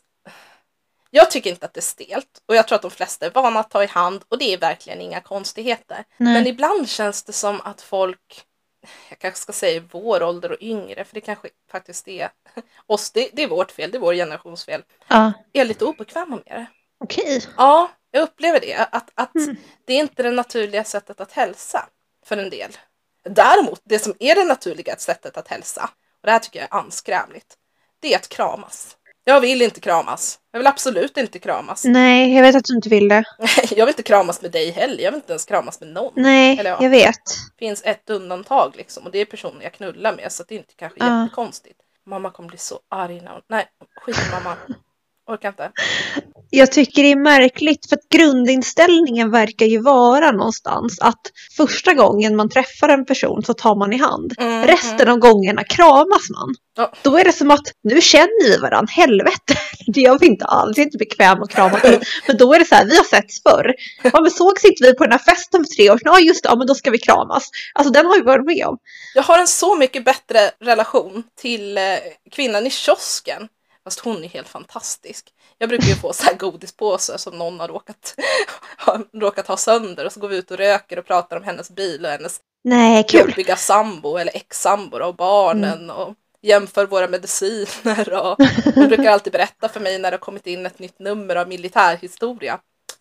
Jag tycker inte att det är stelt. Och jag tror att de flesta är vana att ta i hand. Och det är verkligen inga konstigheter. Nej. Men ibland känns det som att folk... Jag kanske ska säga vår ålder och yngre. För det kanske faktiskt är oss. Det, det är vårt fel. Det är vår generations fel. Ja. Är lite obekväma med det. Okej. Ja, jag upplever det. Att, att mm. det är inte det naturliga sättet att hälsa för en del. Däremot, det som är det naturliga sättet att hälsa. Och det här tycker jag är anskrämligt. Det är att kramas. Jag vill inte kramas. Jag vill absolut inte kramas. Nej, jag vet att du inte vill det. Jag vill inte kramas med dig heller. Jag vill inte ens kramas med någon. Nej, Eller, ja, jag vet. Det finns ett undantag liksom. Och det är personen jag knullar med. Så det är inte kanske uh. jättekonstigt. Mamma kommer bli så arg när hon... Nej, skit i mamma. Orkar inte. Jag tycker det är märkligt för att grundinställningen verkar ju vara någonstans att första gången man träffar en person så tar man i hand. Mm, Resten mm. av gångerna kramas man. Ja. Då är det som att nu känner vi varandra, helvete. Det gör vi inte alls, det är inte bekvämt att krama till. Men då är det så här, vi har setts förr. Ja, men såg sitter vi på den här festen för tre år sedan. Ja just det, ja, men då ska vi kramas. Alltså den har vi varit med om. Jag har en så mycket bättre relation till eh, kvinnan i kiosken. Fast hon är helt fantastisk. Jag brukar ju få så här godispåsar som någon har råkat, har råkat ha sönder. Och så går vi ut och röker och pratar om hennes bil och hennes Nej, kul. jobbiga sambo eller ex-sambo och barnen. Mm. Och jämför våra mediciner. Och hon brukar alltid berätta för mig när det har kommit in ett nytt nummer av militärhistoria.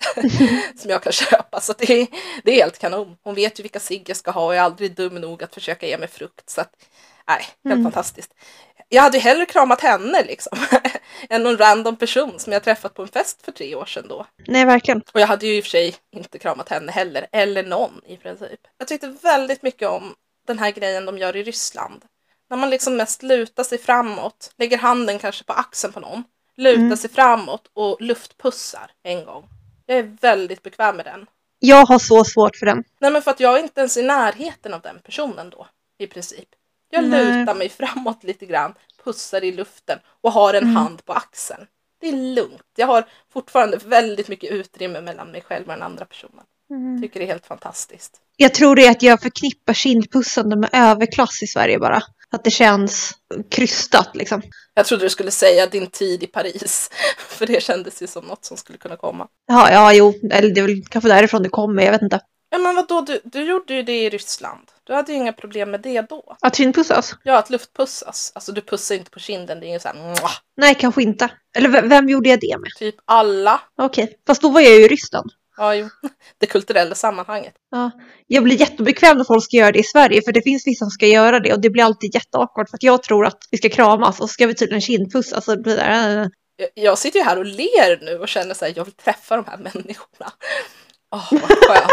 som jag kan köpa. Så det är, det är helt kanon. Hon vet ju vilka cigg jag ska ha och jag är aldrig dum nog att försöka ge mig frukt. Så att, nej, helt mm. fantastiskt. Jag hade ju hellre kramat henne liksom än någon random person som jag träffat på en fest för tre år sedan då. Nej, verkligen. Och jag hade ju i och för sig inte kramat henne heller, eller någon i princip. Jag tyckte väldigt mycket om den här grejen de gör i Ryssland. När man liksom mest lutar sig framåt, lägger handen kanske på axeln på någon, lutar mm. sig framåt och luftpussar en gång. Jag är väldigt bekväm med den. Jag har så svårt för den. Nej, men för att jag är inte ens i närheten av den personen då, i princip. Jag Nej. lutar mig framåt lite grann, pussar i luften och har en Mm. hand på axeln. Det är lugnt. Jag har fortfarande väldigt mycket utrymme mellan mig själv och den andra personen. Mm. Tycker det är helt fantastiskt. Jag tror det är att jag förknippar kindpussande med överklass i Sverige bara. Att det känns krystat liksom. Jag trodde du skulle säga din tid i Paris. För det kändes ju som något som skulle kunna komma. Ja, ja, jo. Eller det är väl kanske därifrån det kommer, jag vet inte. Ja, men vadå? Du, du gjorde ju det i Ryssland. Du hade ju inga problem med det då. Att kindpussas? Ja, att luftpussas. Alltså du pussar inte på kinden. Det är ju så här... Mwah! Nej, kanske inte. Eller v- vem gjorde jag det med? Typ alla. Okej, fast då var jag ju i Ryssland. Ja, jo. Det kulturella sammanhanget. Ja. Jag blir jättebekväm när folk ska göra det i Sverige, för det finns vissa som ska göra det och det blir alltid jätteawkward för att jag tror att vi ska kramas och så ska vi tydligen kindpussas och det blir där. Äh. Jag, jag sitter ju här och ler nu och känner så här, jag vill träffa de här människorna. Åh, vad skönt.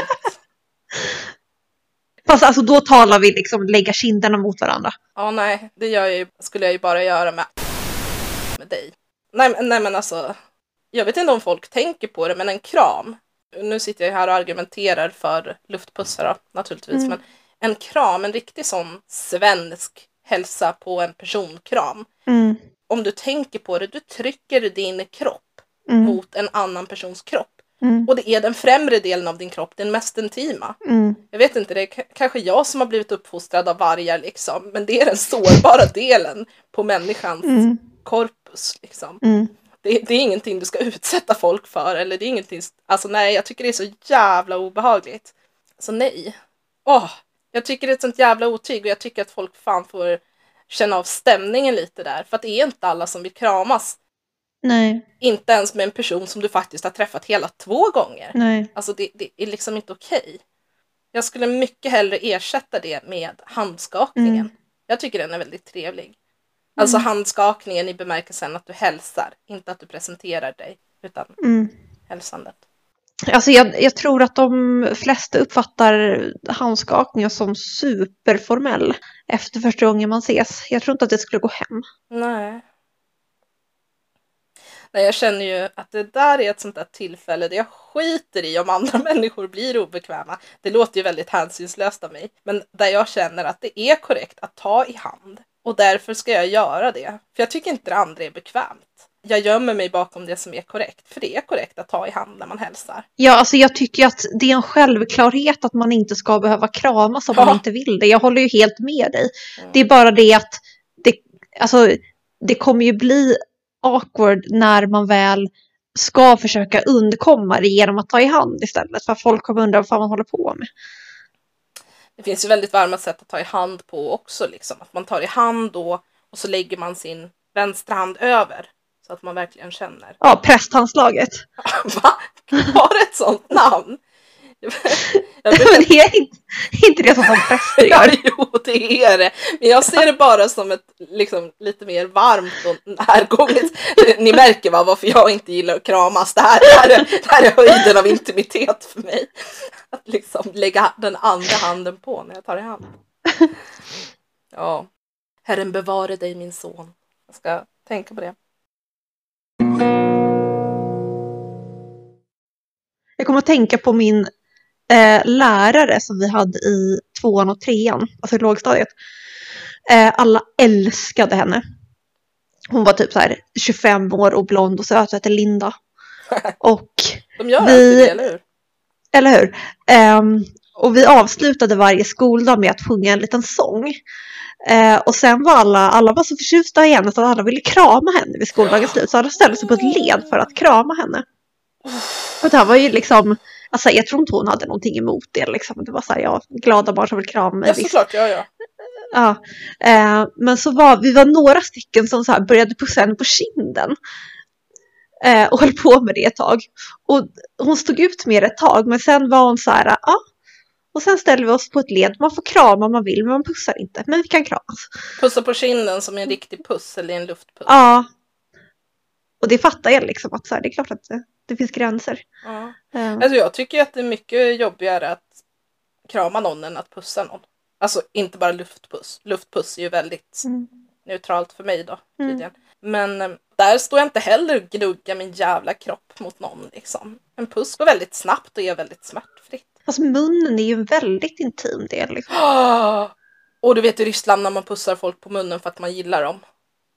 Fast alltså då talar vi liksom lägga kinderna mot varandra. Ja, nej, det gör jag ju, skulle jag ju bara göra med, med dig. Nej, men- nej, men alltså, jag vet inte om folk tänker på det, men en kram. Nu sitter jag här och argumenterar för luftpussar då, naturligtvis, Mm. men en kram, en riktig sån svensk hälsa på en personkram. Mm. Om du tänker på det, du trycker din kropp Mm. mot en annan persons kropp. Mm. Och det är den främre delen av din kropp, den mest intima. Mm. Jag vet inte, det är k- kanske jag som har blivit uppfostrad av vargar liksom, men det är den sårbara delen på människans Mm. korpus liksom. Mm. Det, det är ingenting du ska utsätta folk för, eller det är ingenting, alltså nej, jag tycker det är så jävla obehagligt. Så nej. Åh, jag tycker det är ett sånt jävla otyg och jag tycker att folk fan får känna av stämningen lite där, för att det är inte alla som vill kramas. Nej, Inte ens med en person som du faktiskt har träffat hela två gånger. nej. Alltså det, det är liksom inte okej. Jag skulle mycket hellre ersätta det med handskakningen. Mm. Jag tycker den är väldigt trevlig. Alltså handskakningen i bemärkelsen att du hälsar. Inte att du presenterar dig, utan Mm. hälsandet. Alltså jag, jag tror att de flesta uppfattar handskakningar som superformell efter första gången man ses. Jag tror inte att det skulle gå hem. Nej. Nej, jag känner ju att det där är ett sånt där tillfälle där jag skiter i om andra människor blir obekväma. Det låter ju väldigt hänsynslöst av mig. Men där jag känner att det är korrekt att ta i hand. Och därför ska jag göra det. För jag tycker inte det andra är bekvämt. Jag gömmer mig bakom det som är korrekt. För det är korrekt att ta i hand när man hälsar. Ja, alltså jag tycker att det är en självklarhet att man inte ska behöva kramas om Ja. man inte vill det. Jag håller ju helt med dig. Mm. Det är bara det att det, alltså, det kommer ju bli awkward när man väl ska försöka undkomma det genom att ta i hand istället. För folk kommer undra vad fan man håller på med. Det finns ju väldigt varma sätt att ta i hand på också. Liksom. Att man tar i hand då och så lägger man sin vänstra hand över. Så att man verkligen känner. Ja, prästhandslaget. Va? Har det ett sånt namn? Jag Men brukar... det är inte, inte det som som präster Ja, gör. jo, det är det. Men jag ser det bara som ett liksom, lite mer varmt och närgånget. Ni märker va, varför jag inte gillar att kramas. Det här, det här, är, det här är höjden av intimitet för mig. Att liksom lägga den andra handen på när jag tar i hand. Ja. Herren bevare dig min son. Jag ska tänka på det. Jag kommer att tänka på min eh, lärare som vi hade i tvåan och trean, alltså i lågstadiet. Eh, alla älskade henne. Hon var typ så här tjugofem år och blond och söt och hette Linda. Och De gör Vi- alltid det, eller hur? eller hur? Ehm, och vi avslutade varje skoldag med att sjunga en liten sång. Eh, och sen var alla, alla var så förtjusta i henne så att alla ville krama henne vid skoldagens slut. Så alla ställde sig på ett led för att krama henne. Och det här var ju liksom, alltså jag tror inte hon hade någonting emot det liksom. Det var så här, ja, glada barn som vill krama mig. Ja, visst. såklart, ja, ja. Ja, eh, men så var vi var några stycken som så här började pussa henne på kinden. Eh, och höll på med det ett tag. Och hon stod ut med det ett tag, men sen var hon så här, ja. Ah. Och sen ställer vi oss på ett led. Man får krama om man vill, men man pussar inte. Men vi kan kramas. Pussa på kinden som en riktig puss eller en luftpuss. Ja. Och det fattar jag liksom att så här, det är klart att det, det finns gränser. Ja. Eh, Alltså jag tycker att det är mycket jobbigare att krama någon än att pussa någon. Alltså inte bara luftpuss. Luftpuss är ju väldigt Mm. neutralt för mig då, Mm. tydligen. Men eh, där står jag inte heller och gnuggar min jävla kropp mot någon liksom. En puss går väldigt snabbt och är väldigt smärtfritt. Alltså munnen är ju en väldigt intim del. Liksom. Och du vet i Ryssland när man pussar folk på munnen för att man gillar dem.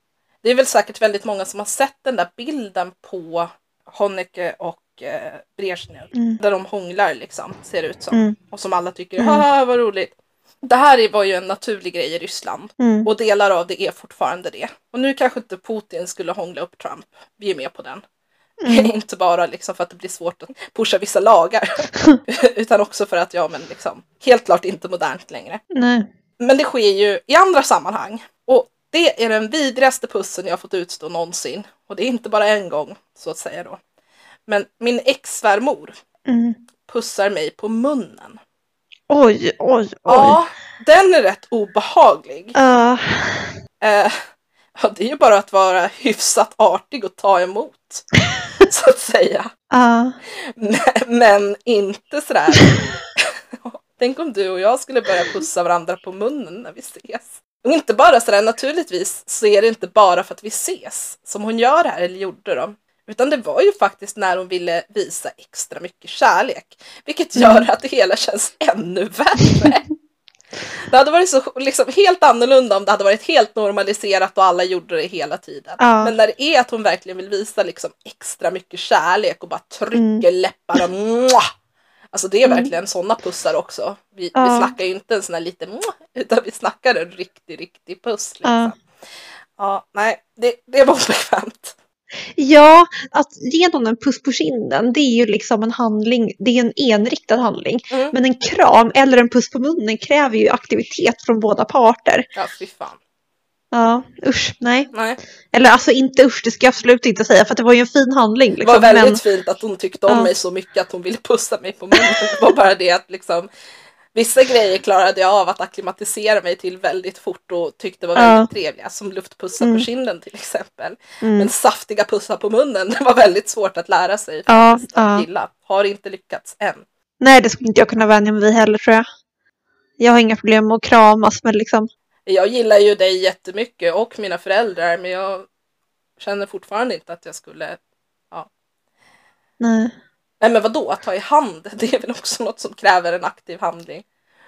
Det är väl säkert väldigt många som har sett den där bilden på Honecker och eh, Brezhnev. Mm. Där de hånglar liksom, ser det ut som. Mm. Och som alla tycker, Mm. haha vad roligt. Det här var ju en naturlig grej i Ryssland. Mm. Och delar av det är fortfarande det. Och nu kanske inte Putin skulle hångla upp Trump. Vi är med på den. Mm. Inte bara liksom för att det blir svårt att pusha vissa lagar. Utan också för att, ja men liksom, helt klart inte modernt längre. Nej. Men det sker ju i andra sammanhang. Och det är den vidrigaste pussen jag har fått utstå någonsin. Och det är inte bara en gång, så att säga då. Men min ex-svärmor Mm. pussar mig på munnen. Oj, oj, oj. Ja, den är rätt obehaglig. Uh. Eh, ja, det är ju bara att vara hyfsat artig och ta emot, så att säga. Uh. Men, men inte sådär. Tänk om du och jag skulle börja pussa varandra på munnen när vi ses. Och inte bara sådär, naturligtvis så är det inte bara för att vi ses som hon gör det här, eller gjorde de. Utan det var ju faktiskt när hon ville visa extra mycket kärlek. Vilket gör mm. att det hela känns ännu värre. Det hade varit så liksom, helt annorlunda om det hade varit helt normaliserat och alla gjorde det hela tiden. Ja. Men när det är att hon verkligen vill visa liksom, extra mycket kärlek och bara trycker mm. läpparna. Mwah! Alltså det är verkligen mm. sådana pussar också. Vi, ja. vi snackar ju inte en sån här lite mwah, utan vi snackar en riktig, riktig puss. Liksom. Ja. ja, nej, det, det var obekvämt. Ja, att ge någon en puss på kinden, det är ju liksom en handling, det är en enriktad handling. Mm. Men en kram eller en puss på munnen kräver ju aktivitet från båda parter. Ja, fy fan. Ja, usch, nej. nej. Eller alltså inte usch, det ska jag absolut inte säga, för att det var ju en fin handling. Liksom. Det var väldigt men... fint att hon tyckte om ja. mig så mycket att hon ville pussa mig på munnen. Det var bara det att liksom... Vissa grejer klarade jag av att akklimatisera mig till väldigt fort och tyckte var väldigt ja. trevliga. Som luftpussar mm. på kinden till exempel. Mm. Men saftiga pussar på munnen, det var väldigt svårt att lära sig ja, att ja. gilla. Har inte lyckats än. Nej, det skulle inte jag kunna vänja mig vid heller, tror jag. Jag har inga problem med att kramas, men liksom... Jag gillar ju dig jättemycket och mina föräldrar, men jag känner fortfarande inte att jag skulle... Ja. Nej. Nej, men vadå? Att ta i hand, det är väl också något som kräver en aktiv handling.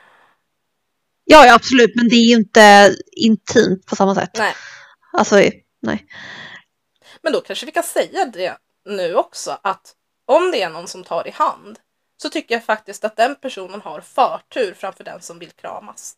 Ja, ja, absolut. Men det är ju inte intimt på samma sätt. Nej. Alltså, nej. Men då kanske vi kan säga det nu också. Att om det är någon som tar i hand, så tycker jag faktiskt att den personen har förtur framför den som vill kramas.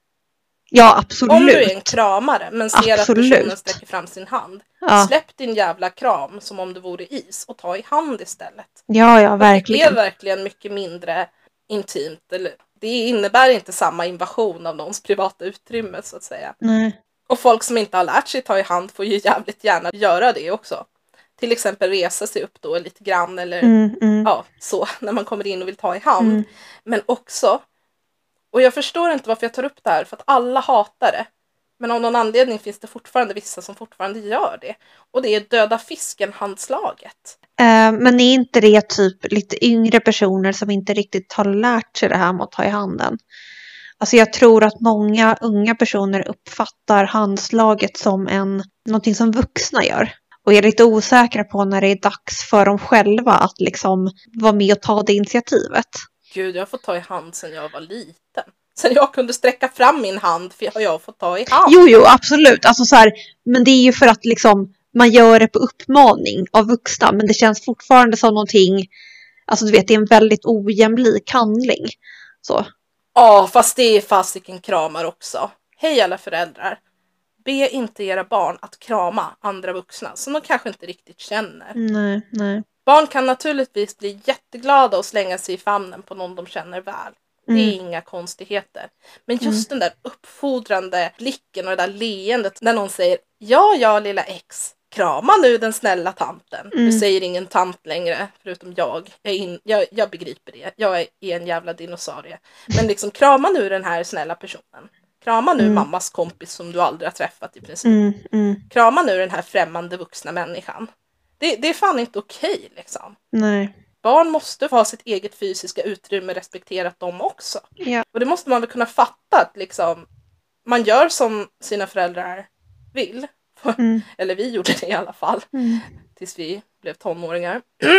Ja, absolut. Om du är en kramare men ser absolut. att personen sträcker fram sin hand. Ja. Släpp din jävla kram som om det vore is och ta i hand istället. Ja, ja, verkligen. Det är verkligen mycket mindre intimt. Eller, det innebär inte samma invasion av någons privata utrymme, så att säga. Nej. Och folk som inte har lärt sig ta i hand får ju jävligt gärna göra det också. Till exempel resa sig upp då lite grann eller mm, mm. ja, så när man kommer in och vill ta i hand. Mm. Men också, och jag förstår inte varför jag tar upp det här, för att alla hatar det. Men av någon anledning finns det fortfarande vissa som fortfarande gör det. Och det är döda fisken-handslaget. Uh, men är inte det typ lite yngre personer som inte riktigt har lärt sig det här med att ta i handen? Alltså jag tror att många unga personer uppfattar handslaget som en, någonting som vuxna gör. Och är lite osäkra på när det är dags för dem själva att liksom vara med och ta det initiativet. Gud, jag har fått ta i hand sedan jag var liten. Sen jag kunde sträcka fram min hand har jag fått ta i hand. Jo, jo, absolut. Alltså så här, men det är ju för att liksom, man gör det på uppmaning av vuxna. Men det känns fortfarande som någonting, alltså du vet, det är en väldigt ojämlik handling. Så. Ja, fast det är fasiken kramar också. Hej alla föräldrar. Be inte era barn att krama andra vuxna som de kanske inte riktigt känner. Nej, nej. Barn kan naturligtvis bli jätteglada och slänga sig i famnen på någon de känner väl. Det är mm. inga konstigheter. Men just mm. den där uppfordrande blicken och det där leendet när någon säger ja, ja lilla ex, krama nu den snälla tanten. Mm. Du säger ingen tant längre, förutom jag. Jag, in, jag. jag begriper det. Jag är en jävla dinosaurie. Men liksom krama nu den här snälla personen. Krama nu mm. mammas kompis som du aldrig har träffat i princip. Mm. Mm. Krama nu den här främmande vuxna människan. Det, det är fan inte okej liksom. Nej. Barn måste få ha sitt eget fysiska utrymme respekterat dem också. Ja. Och det måste man väl kunna fatta att liksom, man gör som sina föräldrar vill. Mm. Eller vi gjorde det i alla fall. Mm. Tills vi blev tonåringar.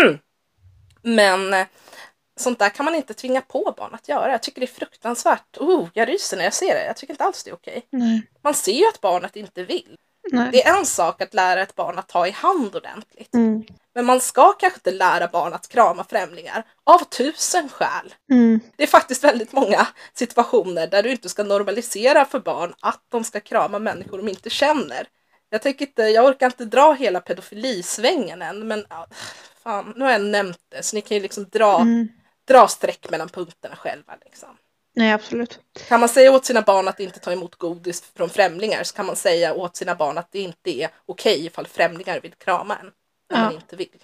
Men sånt där kan man inte tvinga på barn att göra. Jag tycker det är fruktansvärt. Oh, jag ryser när jag ser det. Jag tycker inte alls det är okej. Nej. Man ser ju att barnet inte vill. Nej. Det är en sak att lära ett barn att ta i hand ordentligt. Mm. Men man ska kanske inte lära barn att krama främlingar av tusen skäl. Mm. Det är faktiskt väldigt många situationer där du inte ska normalisera för barn att de ska krama människor de inte känner. Jag tänker inte, jag orkar inte dra hela pedofilisvängen än, men fan, nu har jag nämnt det, så ni kan ju liksom dra, Mm. dra streck mellan punkterna själva. Liksom. Nej, absolut. Kan man säga åt sina barn att inte ta emot godis från främlingar, så kan man säga åt sina barn att det inte är okej ifall främlingar vill krama en, när Ja. man inte vill.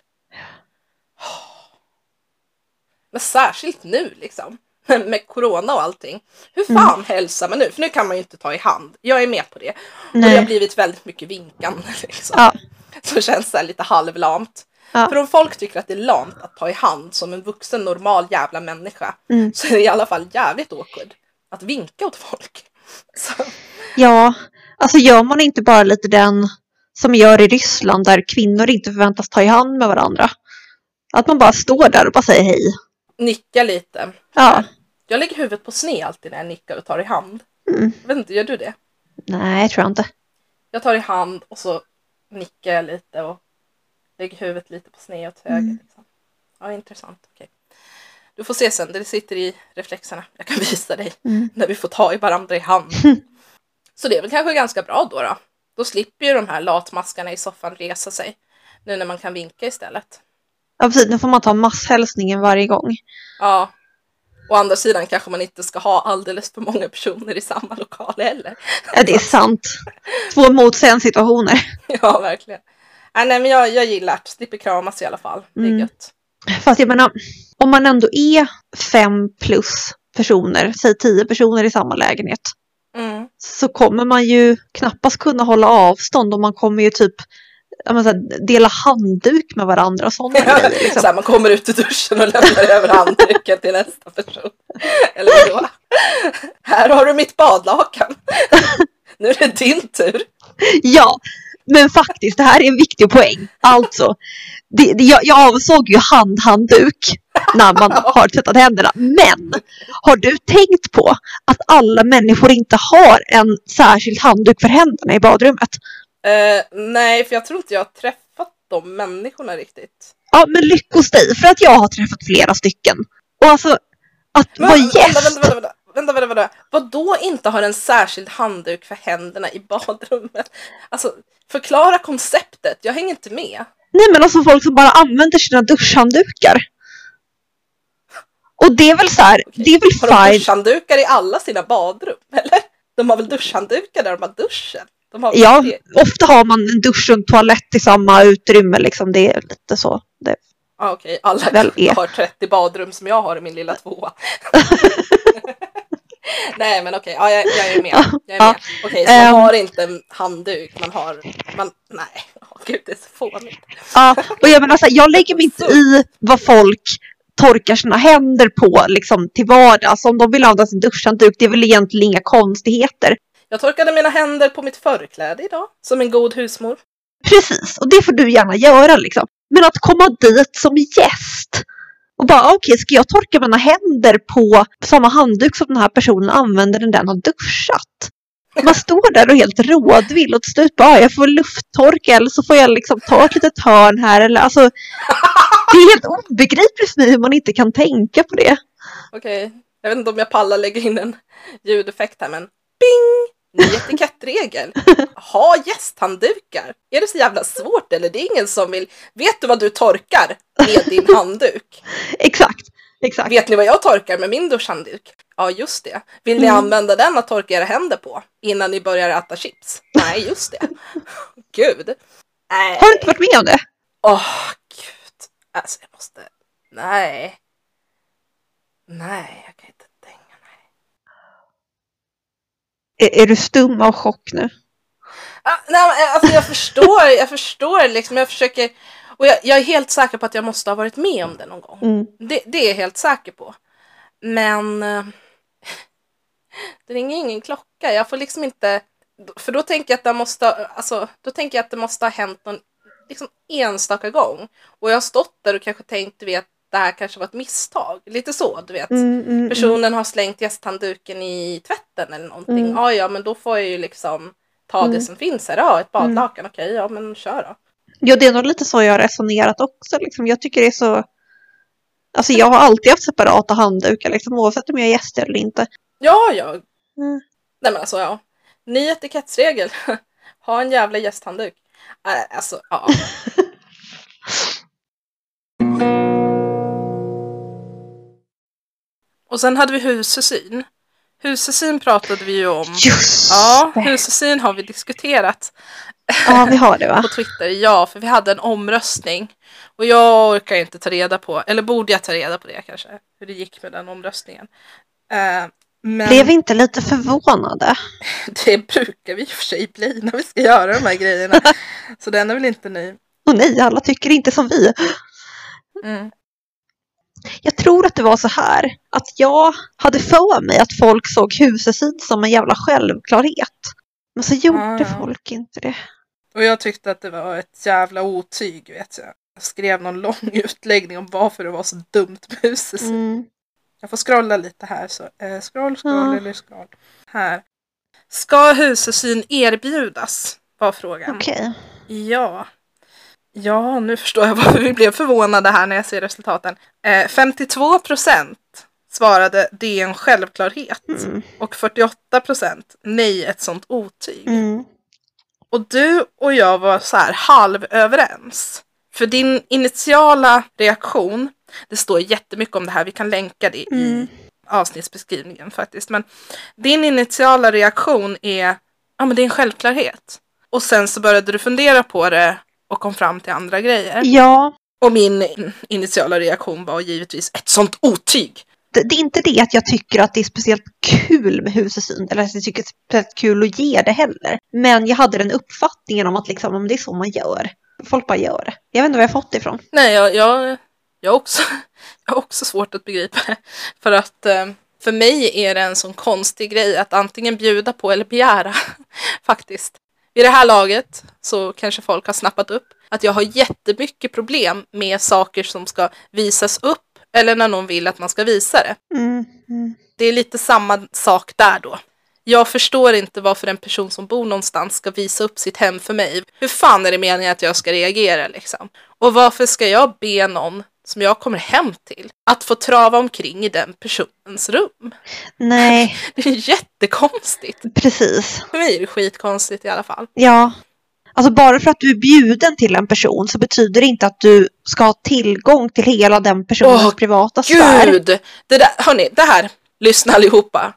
Men särskilt nu liksom, med corona och allting. Hur fan Mm. hälsar man nu? För nu kan man ju inte ta i hand. Jag är med på det. Nej. Och det har blivit väldigt mycket vinkande liksom. Ja. Så känns det lite halvlamt. Ja. För om folk tycker att det är lamt att ta i hand som en vuxen normal jävla människa, Mm. så är det i alla fall jävligt awkward att vinka åt folk. Så. Ja, alltså gör man inte bara lite den som gör i Ryssland där kvinnor inte förväntas ta i hand med varandra. Att man bara står där och bara säger hej. Nicka lite. Ja. Jag lägger huvudet på sned alltid när jag nickar och tar i hand. Mm. Jag vet inte, gör du det? Nej, tror jag inte. Jag tar i hand och så nickar jag lite och lägger huvudet lite på sned åt höger. Mm. Liksom. Ja, intressant. Okej. Du får se sen, det sitter i reflexerna. Jag kan visa dig Mm. när vi får ta i varandra i hand. Så det är väl kanske ganska bra då då. Då slipper ju de här latmaskarna i soffan resa sig. Nu när man kan vinka istället. Ja, precis. Nu får man ta masshälsningen varje gång. Ja. Å andra sidan kanske man inte ska ha alldeles för många personer i samma lokal heller. Ja, det är sant. Två motsägande situationer. Ja, verkligen. Nej, nej men jag, jag gillar att slipper kramas i alla fall. Det är Mm. gött. Fast jag menar, om man ändå är fem plus personer, säg tio personer i samma lägenhet, Mm. så kommer man ju knappast kunna hålla avstånd och man kommer ju typ jag menar, så här, dela handduk med varandra och sådana grejer. Liksom. Så här, man kommer ut ur duschen och lämnar över handduken till nästa person. Eller då. Här har du mitt badlakan. Nu är det din tur. Ja, men faktiskt, det här är en viktig poäng. Alltså, det, det, jag, jag avsåg ju handhandduk när man har tvättat händerna. Men har du tänkt på att alla människor inte har en särskild handduk för händerna i badrummet? Uh, nej, för jag tror inte jag har träffat de människorna riktigt. Ja, men lyckos dig, för att jag har träffat flera stycken. Och alltså, att Men, vara vänta, gäst... vänta, vänta, vänta, vänta, vänta, vänta. Vad då inte har en särskild handduk för händerna i badrummet? Alltså, förklara konceptet. Jag hänger inte med. Nej, men alltså folk som bara använder sina duschhanddukar. Och det är väl så här, Okej. det är väl Har de fine. duschhanddukar i alla sina badrum, eller? De har väl duschhanddukar där de har duschen? De har Ja, det. ofta har man en dusch och en toalett i samma utrymme, liksom. Det är lite så. Det, Ah, okej, alla Väl kanske är. har trettio badrum som jag har i min lilla tvåa. Nej, men okej, ja, jag, jag är med. Jag är Ja. med. Okej, så man Ehm. har inte en handduk, man har... Man, nej, åh gud, det är så fånigt. ja, och jag menar så här, jag lägger mig inte i vad folk torkar sina händer på liksom, till vardags. Om de vill använda sin duschhandduk, det är väl egentligen inga konstigheter. Jag torkade mina händer på mitt förkläde idag, som en god husmor. Precis, och det får du gärna göra liksom. Men att komma dit som gäst och bara okej, okay, ska jag torka mina händer på samma handduk som den här personen använder när den har duschat? Man står där och helt rådvill och till slut bara, jag får lufttorka eller så får jag liksom ta ett litet hörn här. Eller, alltså, det är helt obegripligt för mig hur man inte kan tänka på det. Okej, jag vet inte om jag pallar lägga in en ljudeffekt här, men bing! Ny etikettregel. Ha gästhanddukar. Är det så jävla svårt eller? Det är ingen som vill... Vet du vad du torkar med din handduk? Exakt, exakt. Vet ni vad jag torkar med min duschhandduk? Ja, just det. Vill ni Mm. använda den att torka era händer på innan ni börjar äta chips? Nej, just det. Gud. Nej. Har du inte varit med om det? Åh, gud. Alltså, jag måste... Nej. Nej, jag kan inte tänka. Är, är du stum av chock nu? Ah, nej, men, alltså jag förstår, jag förstår liksom, jag försöker, och jag, jag är helt säker på att jag måste ha varit med om det någon gång. Mm. Det, det är jag helt säker på. Men eh, det ringer ingen klocka. Jag får liksom inte, för då tänker jag att det måste, alltså, då tänker jag att det måste ha hänt någon liksom enstaka gång. Och jag har stått där och kanske tänkt, du vet, det här kanske var ett misstag. Lite så, du vet. Mm, mm, mm. Personen har slängt gästhandduken i tvätten eller någonting. Mm. Ja, ja, men då får jag ju liksom ta Mm. det som finns här. Ja, ett badlakan, okej, okay, ja men kör då. Ja, det är nog lite så jag har resonerat också. Liksom. Jag tycker det är så... Alltså jag har alltid haft separata handdukar, liksom, oavsett om jag är gäst eller inte. Ja, ja. Mm. Nej men alltså, ja. Ny etikettsregel. Ha en jävla gästhandduk. Äh, alltså, ja. Och sen hade vi husesyn. Husesyn pratade vi ju om. Just Ja, det. husesyn har vi diskuterat. Ja, vi har det va? På Twitter, ja, för vi hade en omröstning. Och jag orkar inte ta reda på, eller borde jag ta reda på det kanske, hur det gick med den omröstningen. Uh, men Blev vi inte lite förvånade? det brukar vi i och för sig bli när vi ska göra de här grejerna. Så den är väl inte ny. Och nej, alla tycker inte som vi. Mm. Jag tror att det var så här, att jag hade för mig att folk såg husesyn som en jävla självklarhet. Men så gjorde Ah, ja. folk inte det. Och jag tyckte att det var ett jävla otyg, vet jag. Jag skrev någon lång utläggning om varför det var så dumt med husesyn. Mm. Jag får scrolla lite här. Så, eh, scroll, scroll Ja. eller scroll. Här. Ska husesyn erbjudas? Var frågan. Okej. Ja. Ja, nu förstår jag varför vi blev förvånade här när jag ser resultaten. Eh, femtiotvå procent svarade det är en självklarhet. Mm. Och fyrtioåtta procent nej, ett sånt otyg. Mm. Och du och jag var så här halvöverens. För din initiala reaktion, det står jättemycket om det här, vi kan länka det Mm. i avsnittsbeskrivningen faktiskt. Men din initiala reaktion är, ja men det är en självklarhet. Och sen så började du fundera på det och kom fram till andra grejer. Ja, Och min initiala reaktion var givetvis ett sånt otyg. det, det är inte det att jag tycker att det är speciellt kul med husesyn. Eller att jag tycker det är speciellt kul att ge det heller. Men jag hade den uppfattningen om att liksom, om det är så man gör. Folk bara gör det. Jag vet inte var jag fått det ifrån. Nej, jag, jag, jag, också, jag har också svårt att begripa det. För att eh, för mig är det en sån konstig grej att antingen bjuda på eller begära. Faktiskt. Vid det här laget så kanske folk har snappat upp att jag har jättemycket problem med saker som ska visas upp eller när någon vill att man ska visa det. Mm. Mm. Det är lite samma sak där då. Jag förstår inte varför en person som bor någonstans ska visa upp sitt hem för mig. Hur fan är det meningen att jag ska reagera liksom? Och varför ska jag be någon som jag kommer hem till att få trava omkring i den personens rum? Nej, Det är jättekonstigt. precis. För mig är det skitkonstigt i alla fall. Ja. Alltså bara för att du är bjuden till en person så betyder det inte att du ska ha tillgång till hela den personens Åh, privata sfär. Gud! Det där, hörni, det här, lyssna allihopa.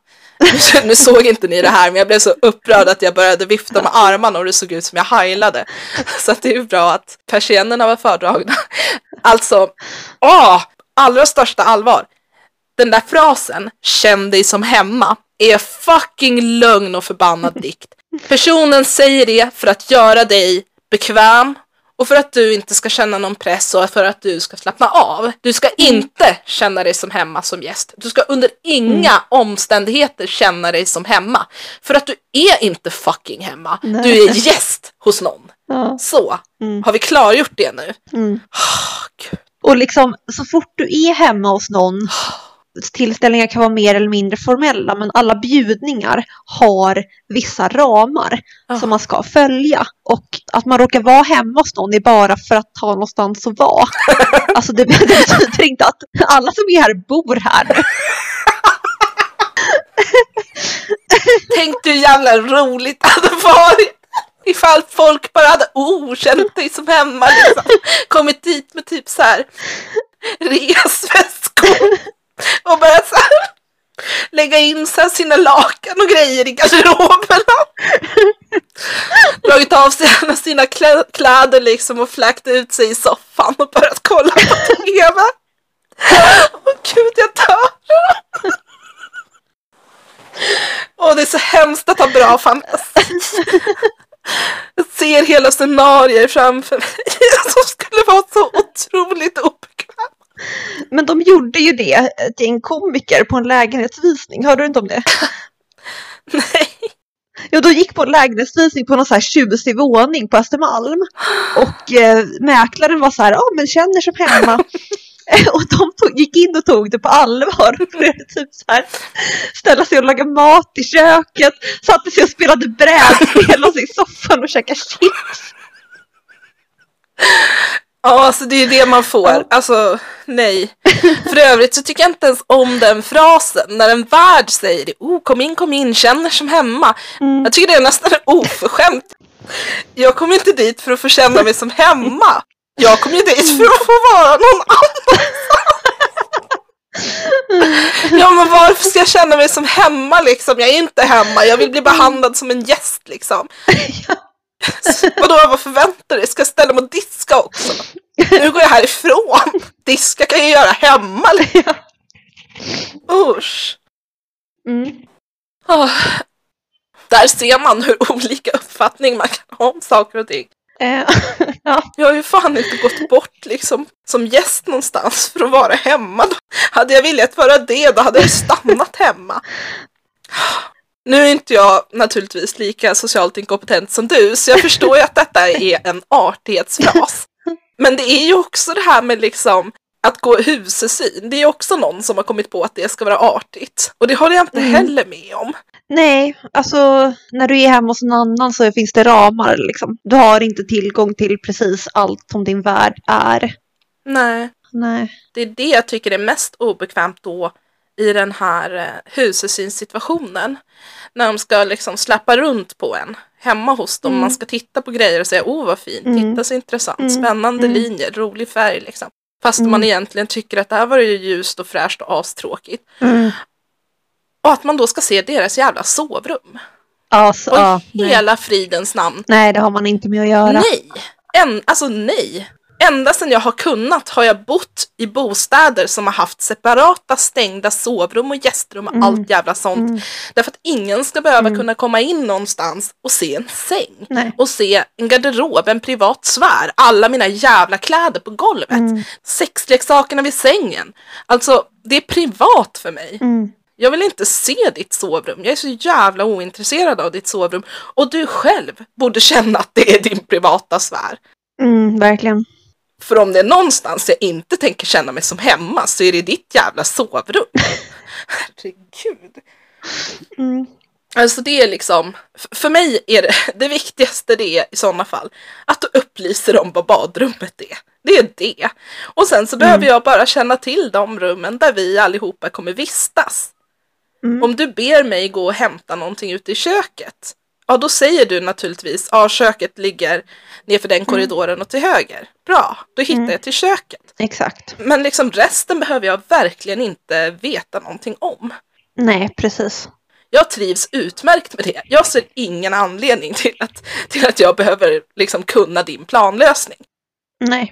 Nu såg inte ni det här, men jag blev så upprörd att jag började vifta med armarna och det såg ut som jag heilade. Så att det är ju bra att persiennerna var fördragna. Alltså, åh, allra största allvar. Den där frasen, känn dig som hemma, är fucking lögn och förbannad dikt. Personen säger det för att göra dig bekväm och för att du inte ska känna någon press och för att du ska slappna av. Du ska inte känna dig som hemma som gäst. Du ska under inga mm. omständigheter känna dig som hemma. För att du är inte fucking hemma. Nej. Du är gäst hos någon. Ja. Så, mm. har vi klargjort det nu? Mm. Oh, Gud. Och liksom, så fort du är hemma hos någon, tillställningar kan vara mer eller mindre formella, men alla bjudningar har vissa ramar oh. som man ska följa. Och att man råkar vara hemma hos någon är bara för att ha någonstans att vara. Alltså det, det betyder inte att alla som är här bor här. Tänk du jävla roligt det hade varit ifall folk bara hade oh, känt dig som hemma liksom. Kommit dit med typ så här resväskor och börjat så här lägga in så här sina lakan och grejer i garderoberna. Dragit av sig alla sina klä- kläder liksom och fläkt ut sig i soffan och börjat kolla på T V. Åh gud, jag dör. Åh, det är så hemskt att ha bra fantasi. Jag ser hela scenarier framför mig som skulle vara så otroligt obekväm. Men de gjorde ju det till en komiker på en lägenhetsvisning. Hörde du inte om det? Nej. Jo, då gick på en lägenhetsvisning på någon så här tjusig våning på Östermalm. Och eh, mäklaren var så här, ja ah, men känner som hemma. Och de tog, gick in och tog det på allvar och började typ så här ställa sig och laga mat i köket, satte sig och spelade brädspel och sig i soffan och käkade chips. Ja, alltså det är det man får. Alltså, nej. För övrigt så tycker jag inte ens om den frasen. När en värd säger det, oh, kom in, kom in, känner som hemma. Mm. Jag tycker det är nästan oförskämt. Jag kommer inte dit för att få känna mig som hemma. Jag kommer ju dit för att få vara någon annan. Ja, men varför ska jag känna mig som hemma liksom? Jag är inte hemma, jag vill bli behandlad som en gäst liksom. Och då, vad förväntar du? Ska jag ställa mig och diska också? Nu går jag härifrån. Diska kan jag göra hemma. Usch. Mm. Oh. Där ser man hur olika uppfattning man kan ha om saker och ting. Uh, ja. Jag har ju fan inte gått bort liksom som gäst någonstans för att vara hemma. Då hade jag velat vara det, då hade jag stannat hemma. Nu är inte jag naturligtvis lika socialt inkompetent som du, så jag förstår ju att detta är en artighetsfras. Men det är ju också det här med liksom att gå husesyn. Det är också någon som har kommit på att det ska vara artigt. Och det håller jag inte mm. heller med om. Nej, alltså när du är hemma hos någon annan så finns det ramar liksom. Du har inte tillgång till precis allt som din värld är. Nej. Nej. Det är det jag tycker är mest obekvämt då i den här eh, husesynsituationen. När de ska liksom släppa runt på en hemma hos dem. Mm. Man ska titta på grejer och säga, oh vad fint, mm. titta så intressant, mm. spännande mm. linjer, rolig färg liksom. Fast mm. man egentligen tycker att det här var ju ljust och fräscht och astråkigt. Mm. Och att man då ska se deras jävla sovrum. Alltså, och ja, hela nej. Fridens namn. Nej, det har man inte med att göra. Nej, en, alltså nej. Ända sedan jag har kunnat har jag bott i bostäder som har haft separata stängda sovrum och gästrum och mm. allt jävla sånt. Mm. Därför att ingen ska behöva mm. kunna komma in någonstans och se en säng. Nej. Och se en garderob, en privat sfär, alla mina jävla kläder på golvet. Mm. Sexleksakerna vid sängen. Alltså, det är privat för mig. Mm. Jag vill inte se ditt sovrum. Jag är så jävla ointresserad av ditt sovrum. Och du själv borde känna att det är din privata sfär. Mm, verkligen. För om det är någonstans jag inte tänker känna mig som hemma så är det ditt jävla sovrum. Herregud. Mm. Alltså det är liksom, för mig är det det viktigaste det är i sådana fall att du upplyser om vad badrummet är. Det är det. Och sen så mm. behöver jag bara känna till de rummen där vi allihopa kommer vistas. Mm. Om du ber mig gå och hämta någonting ute i köket, ja då säger du naturligtvis, ja köket ligger nerför den korridoren mm. och till höger. Bra, då hittar mm. jag till köket. Exakt. Men liksom resten behöver jag verkligen inte veta någonting om. Nej, precis. Jag trivs utmärkt med det. Jag ser ingen anledning till att, till att jag behöver liksom kunna din planlösning. Nej.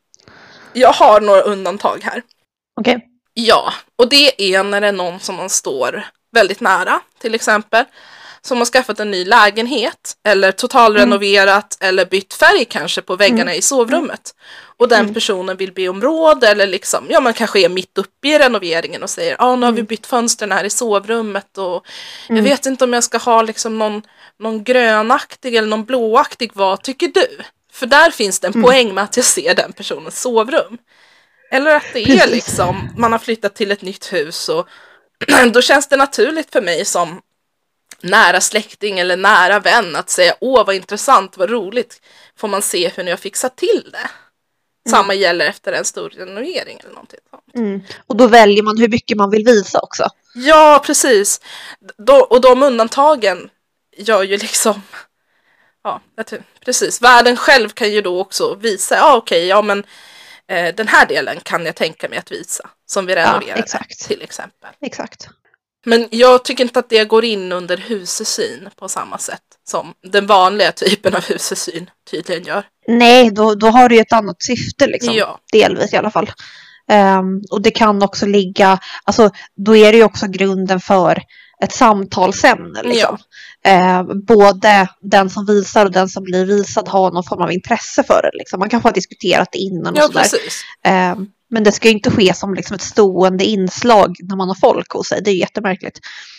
Jag har några undantag här. Okej. Okay. Ja, och det är när det är någon som man står väldigt nära, till exempel. Som har skaffat en ny lägenhet, eller totalrenoverat, mm. eller bytt färg kanske på väggarna mm. i sovrummet. Och den mm. personen vill be om råd, eller liksom, ja man kanske är mitt uppe i renoveringen och säger, ja ah, nu har vi bytt fönstren här i sovrummet och mm. jag vet inte om jag ska ha liksom någon, någon grönaktig eller någon blåaktig, vad tycker du? För där finns det en mm. poäng med att jag ser den personens sovrum. Eller att det är Precis. liksom, man har flyttat till ett nytt hus och då känns det naturligt för mig som nära släkting eller nära vän att säga, åh vad intressant, vad roligt, får man se hur ni har fixat till det. Mm. Samma gäller efter en stor renovering eller någonting sånt. Mm. Och då väljer man hur mycket man vill visa också. Ja, precis. Då, och de undantagen gör ju liksom, ja, precis. Världen själv kan ju då också visa, ja okej, okay, ja men eh, den här delen kan jag tänka mig att visa, som vi renoverar, ja, till exempel. Exakt. Men jag tycker inte att det går in under husesyn på samma sätt som den vanliga typen av husesyn tydligen gör. Nej, då, då har du ju ett annat syfte liksom. Ja. Delvis i alla fall. Um, och det kan också ligga, alltså då är det ju också grunden för ett samtalsämne liksom. Ja. Uh, både den som visar och den som blir visad har någon form av intresse för det liksom. Man kan få ha diskuterat det innan och ja, sådär. Precis. Um, Men det ska ju inte ske som liksom ett stående inslag när man har folk hos sig. Det är jättemärkligt.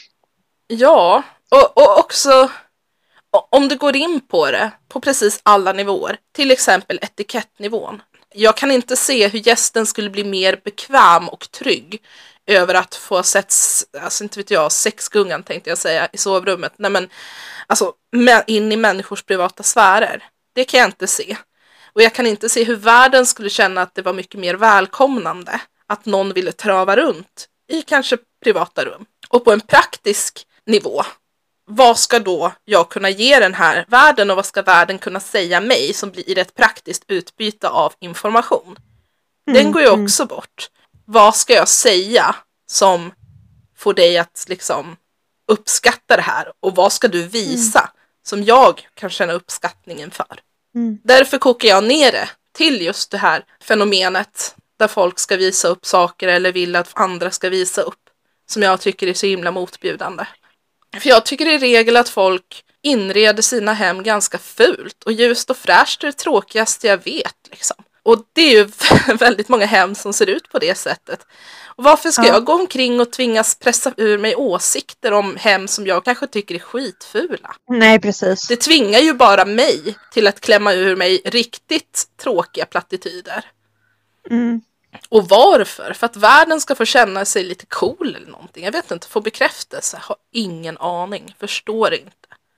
Ja, och, och också om du går in på det på precis alla nivåer. Till exempel etikettnivån. Jag kan inte se hur gästen skulle bli mer bekväm och trygg över att få sett, alltså inte vet jag, sexgungan tänkte jag säga i sovrummet. Nej men, alltså in i människors privata sfärer. Det kan jag inte se. Och jag kan inte se hur världen skulle känna att det var mycket mer välkomnande att någon ville trava runt i kanske privata rum. Och på en praktisk nivå, vad ska då jag kunna ge den här världen och vad ska världen kunna säga mig som blir ett praktiskt utbyte av information? Den Mm, går ju mm. också bort. Vad ska jag säga som får dig att liksom uppskatta det här? Och vad ska du visa mm. som jag kan känna uppskattningen för? Mm. Därför kokar jag ner det till just det här fenomenet där folk ska visa upp saker eller vill att andra ska visa upp, som jag tycker är så himla motbjudande. För jag tycker i regel att folk inreder sina hem ganska fult och ljust och fräscht är det tråkigaste jag vet liksom. Och det är ju väldigt många hem som ser ut på det sättet. Och varför ska ja. jag gå omkring och tvingas pressa ur mig åsikter om hem som jag kanske tycker är skitfula? Nej, precis. Det tvingar ju bara mig till att klämma ur mig riktigt tråkiga plattityder. Mm. Och varför? För att världen ska få känna sig lite cool eller någonting. Jag vet inte, få bekräftelse. Har ingen aning. Förstår inte.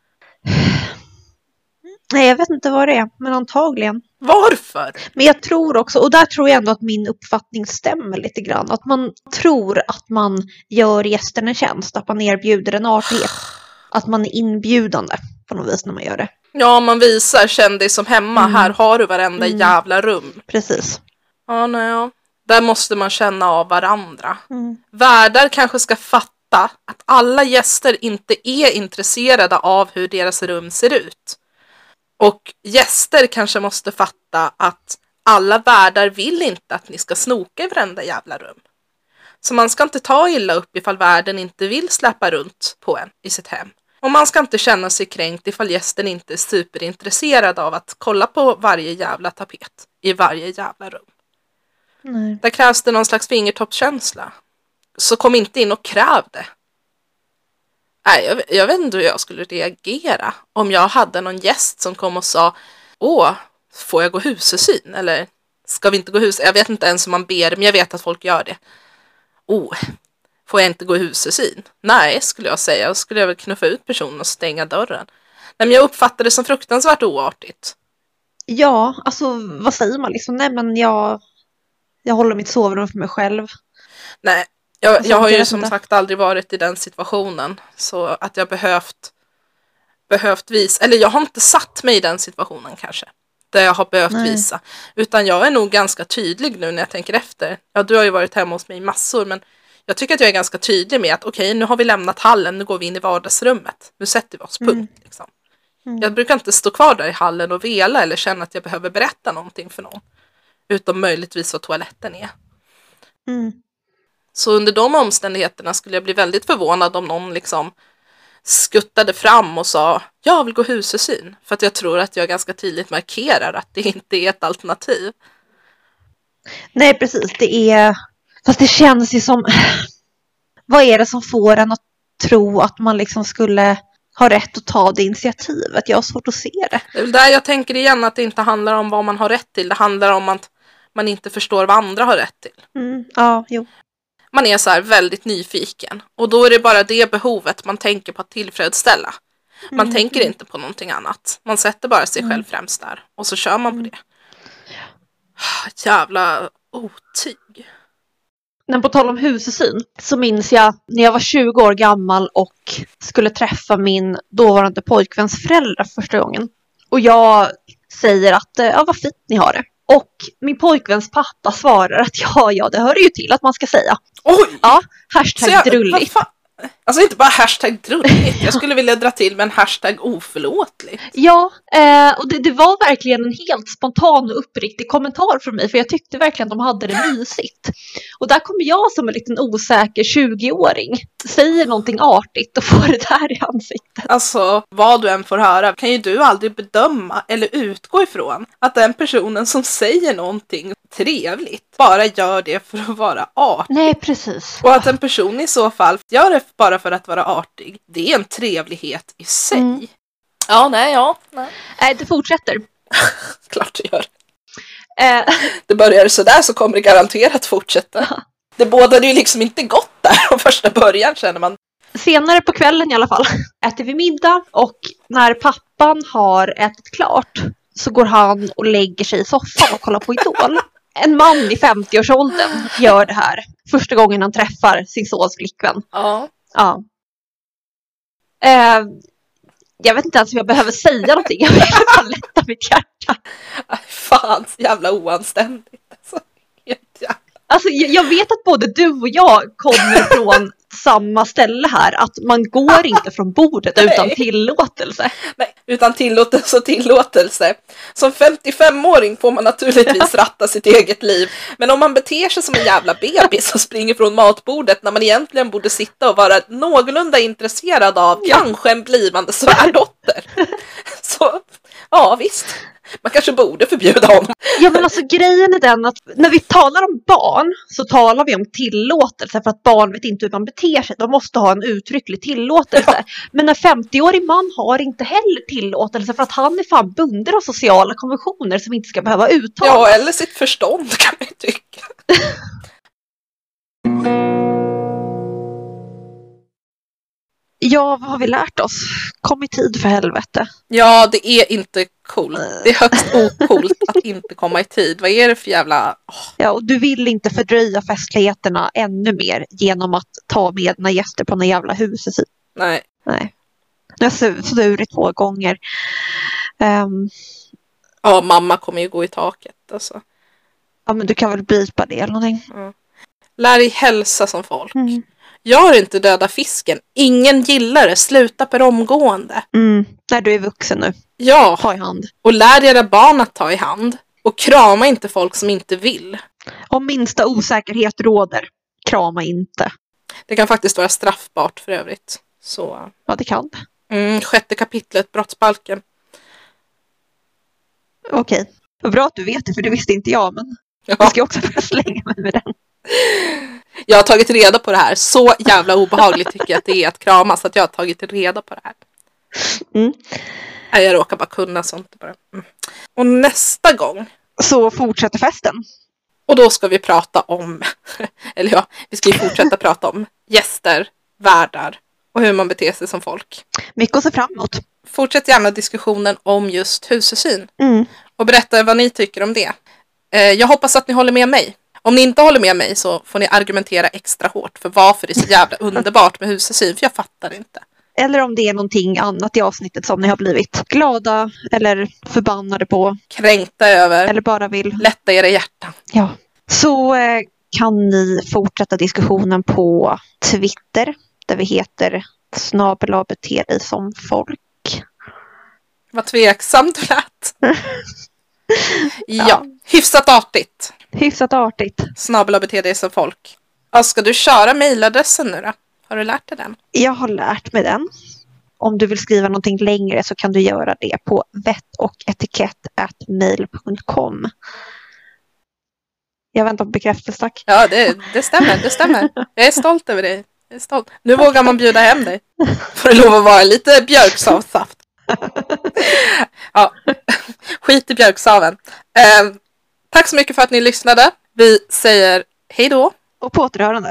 Nej, jag vet inte vad det är, men antagligen. Varför? Men jag tror också, och där tror jag ändå att min uppfattning stämmer lite grann. Att man tror att man gör gästen en tjänst, att man erbjuder en artighet. Att man är inbjudande på något vis när man gör det. Ja, man visar, känn dig som hemma. Mm. Här har du varenda mm. jävla rum. Precis. Ja, nej, ja. Där måste man känna av varandra. Mm. Värdar kanske ska fatta att alla gäster inte är intresserade av hur deras rum ser ut. Och gäster kanske måste fatta att alla värdar vill inte att ni ska snoka i varenda jävla rum. Så man ska inte ta illa upp ifall värden inte vill släppa runt på en i sitt hem. Och man ska inte känna sig kränkt ifall gästen inte är superintresserad av att kolla på varje jävla tapet i varje jävla rum. Nej. Där krävs det någon slags fingertoppskänsla. Så kom inte in och kräv det. Nej, jag, jag vet inte hur jag skulle reagera om jag hade någon gäst som kom och sa: åh, får jag gå husesyn? Eller ska vi inte gå hus? Jag vet inte ens om man ber, men jag vet att folk gör det. Åh, får jag inte gå husesyn? Nej, skulle jag säga. Då skulle jag väl knuffa ut personen och stänga dörren. Nej, men jag uppfattar det som fruktansvärt oartigt. Ja, alltså vad säger man liksom? Nej, men jag, jag håller mitt sovrum för mig själv. Nej. Jag, alltså, jag har ju som sagt aldrig varit i den situationen så att jag behövt behövt visa, eller jag har inte satt mig i den situationen kanske där jag har behövt Nej. visa, utan jag är nog ganska tydlig nu när jag tänker efter. Ja, du har ju varit hemma hos mig i massor, men jag tycker att jag är ganska tydlig med att okej, okay, nu har vi lämnat hallen, nu går vi in i vardagsrummet, nu sätter vi oss, punkt. Mm. Liksom. Mm. Jag brukar inte stå kvar där i hallen och vela eller känna att jag behöver berätta någonting för någon, utom möjligtvis vad toaletten är. Mm. Så under de omständigheterna skulle jag bli väldigt förvånad om någon liksom skuttade fram och sa: jag vill gå husesyn. För att jag tror att jag ganska tydligt markerar att det inte är ett alternativ. Nej, precis. Det är... Fast det känns ju som... Vad är det som får en att tro att man liksom skulle ha rätt att ta det initiativet? Jag har svårt att se det. Det är väl där jag tänker igen att det inte handlar om vad man har rätt till. Det handlar om att man inte förstår vad andra har rätt till. Mm, ja, jo. Man är så här väldigt nyfiken. Och då är det bara det behovet man tänker på att tillfredsställa. Man mm. tänker inte på någonting annat. Man sätter bara sig mm. själv främst där. Och så kör man på det. Jävla otyg. Men på tal om husesyn så minns jag när jag var tjugo år gammal och skulle träffa min dåvarande pojkväns föräldrar första gången. Och jag säger att ja, vad fint ni har det. Och min pojkväns pappa svarar att ja, ja, det hör ju till att man ska säga. Oj! Ja, hashtag jag, drulligt. Alltså inte bara hashtag drulligt. Jag skulle vilja dra till med en hashtag oförlåtligt. Ja, eh, och det, det var verkligen en helt spontan och uppriktig kommentar från mig. För jag tyckte verkligen att de hade det mysigt. Och där kommer jag som en liten osäker tjugo-åring. Säger någonting artigt och får det där i ansiktet. Alltså, vad du än får höra kan ju du aldrig bedöma eller utgå ifrån att den personen som säger någonting trevligt bara gör det för att vara artig. Nej, precis. Och att en person i så fall gör det bara för att vara artig, det är en trevlighet i sig. Mm. Ja, nej, ja. Nej, nej det fortsätter. Klart det gör. Eh, Det börjar sådär så kommer det garanterat fortsätta. Det bådade ju liksom inte gott där från första början känner man. Senare på kvällen i alla fall äter vi middag och när pappan har ätit klart så går han och lägger sig i soffan och kollar på Idol. En man i femtioårsåldern gör det här. Första gången han träffar sin sons flickvän. Ja. Ja. Eh, jag vet inte ens om jag behöver säga någonting. Jag vill bara lätta mitt hjärta. Ay, fan, så jävla oanständigt. Alltså, helt jävla. Alltså, jag, jag vet att både du och jag kommer från samma ställe här. Att man går inte från bordet Nej. utan tillåtelse. Nej, utan tillåtelse och tillåtelse. Som femtiofemåring får man naturligtvis ratta sitt eget liv. Men om man beter sig som en jävla bebis och springer från matbordet när man egentligen borde sitta och vara någorlunda intresserad av Ja. kanske en blivande svärdotter. Så, ja visst. Man kanske borde förbjuda honom. Ja, men alltså grejen är den att när vi talar om barn så talar vi om tillåtelse för att barn vet inte hur man beter sig. De måste ha en uttrycklig tillåtelse. Ja. Men en femtioårig man har inte heller tillåtelse för att han är fan bunden av sociala konventioner som inte ska behöva uttalas. Ja, eller sitt förstånd kan man ju tycka. Ja, vad har vi lärt oss? Kom i tid för helvete. Ja, det är inte coolt. Det är högst ocoolt att inte komma i tid. Vad är det för jävla... Oh. Ja, och du vill inte fördröja festligheterna ännu mer genom att ta med dina gäster på någon jävla huset. Nej. Nej. Nu har jag surit två gånger. Um, ja, mamma kommer ju gå i taket. Alltså. Ja, men du kan väl bipa det eller någonting. Mm. Lär dig hälsa som folk. Mm. Gör inte döda fisken. Ingen gillar det. Sluta per omgående. Mm. När du är vuxen nu. Ja. Ta i hand. Och lär era barn att ta i hand. Och krama inte folk som inte vill. Om minsta osäkerhet råder, krama inte. Det kan faktiskt vara straffbart för övrigt. Så. Ja, det kan. Mm, sjätte kapitlet, brottsbalken. Okej. Vad bra att du vet det, för det visste inte jag. Men Ja. jag ska också börja slänga mig med den. Jag har tagit reda på det här. Så jävla obehagligt tycker jag att det är att kramas. Att jag har tagit reda på det här. Mm. Nej, jag råkar bara kunna sånt bara. Mm. Och nästa gång. Så fortsätter festen. Och då ska vi prata om. Eller ja, vi ska ju fortsätta prata om gäster, värdar och hur man beter sig som folk. Mycket att se fram emot. Fortsätt gärna diskussionen om just husesyn. Mm. Och berätta vad ni tycker om det. Eh, jag hoppas att ni håller med mig. Om ni inte håller med mig så får ni argumentera extra hårt för varför det är så jävla underbart med husesyn. För jag fattar inte. Eller om det är någonting annat i avsnittet som ni har blivit glada eller förbannade på. Kränkta över. Eller bara vill. Lätta era hjärtan. Ja. Så eh, kan ni fortsätta diskussionen på Twitter. Där vi heter snabel A bete dig som folk. Vad tveksamt det lät. Ja, Ja. hyfsat artigt. Hyfsat artigt. Snabel bete dig som folk. Ja, ska du köra mejladressen nu då? Har du lärt dig den? Jag har lärt mig den. Om du vill skriva någonting längre så kan du göra det på vettochetikett at mail punkt com. Jag väntar på bekräftelse, tack. Ja, det, det stämmer, det stämmer. Jag är stolt över dig. Jag är stolt. Nu vågar man bjuda hem dig. Får det lov att vara lite björksaft. Ja, skit i björksaven. Eh, tack så mycket för att ni lyssnade. Vi säger hej då. Och på återhörande.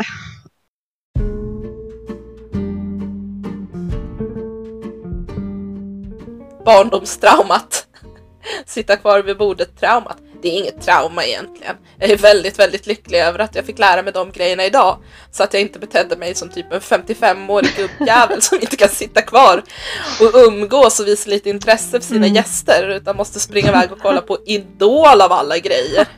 Barndomstraumat. Sitta kvar vid bordet, traumat. Det är inget trauma egentligen. Jag är väldigt, väldigt lycklig över att jag fick lära mig de grejerna idag. Så att jag inte betedde mig som typ en femtiofemårig gubbjävel som inte kan sitta kvar och umgås och visa lite intresse för sina mm. gäster. Utan måste springa iväg och kolla på Idol av alla grejer.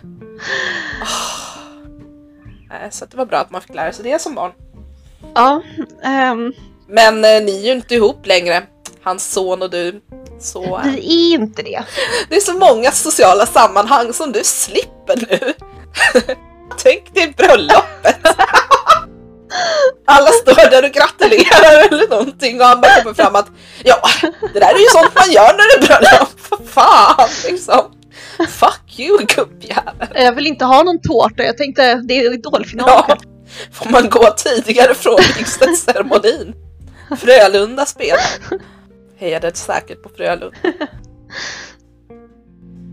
Oh. Så att det var bra att man fick lära sig det som barn. Ja. Um... Men eh, ni är ju inte ihop längre. Hans son och du. Så, det är inte det. Det är så många sociala sammanhang som du slipper nu. Tänk dig bröllopet. Alla står där och gratulerar eller någonting och han bara kommer fram att ja, det där är ju sånt man gör när det är bröllop. Fan, liksom. Fuck you, gubbjävel. Jag vill inte ha någon tårta. Jag tänkte, det är idolfinal. Ja, får man gå tidigare från vigselceremonin? Frölunda spelar. Hejade säkert på Frölunda.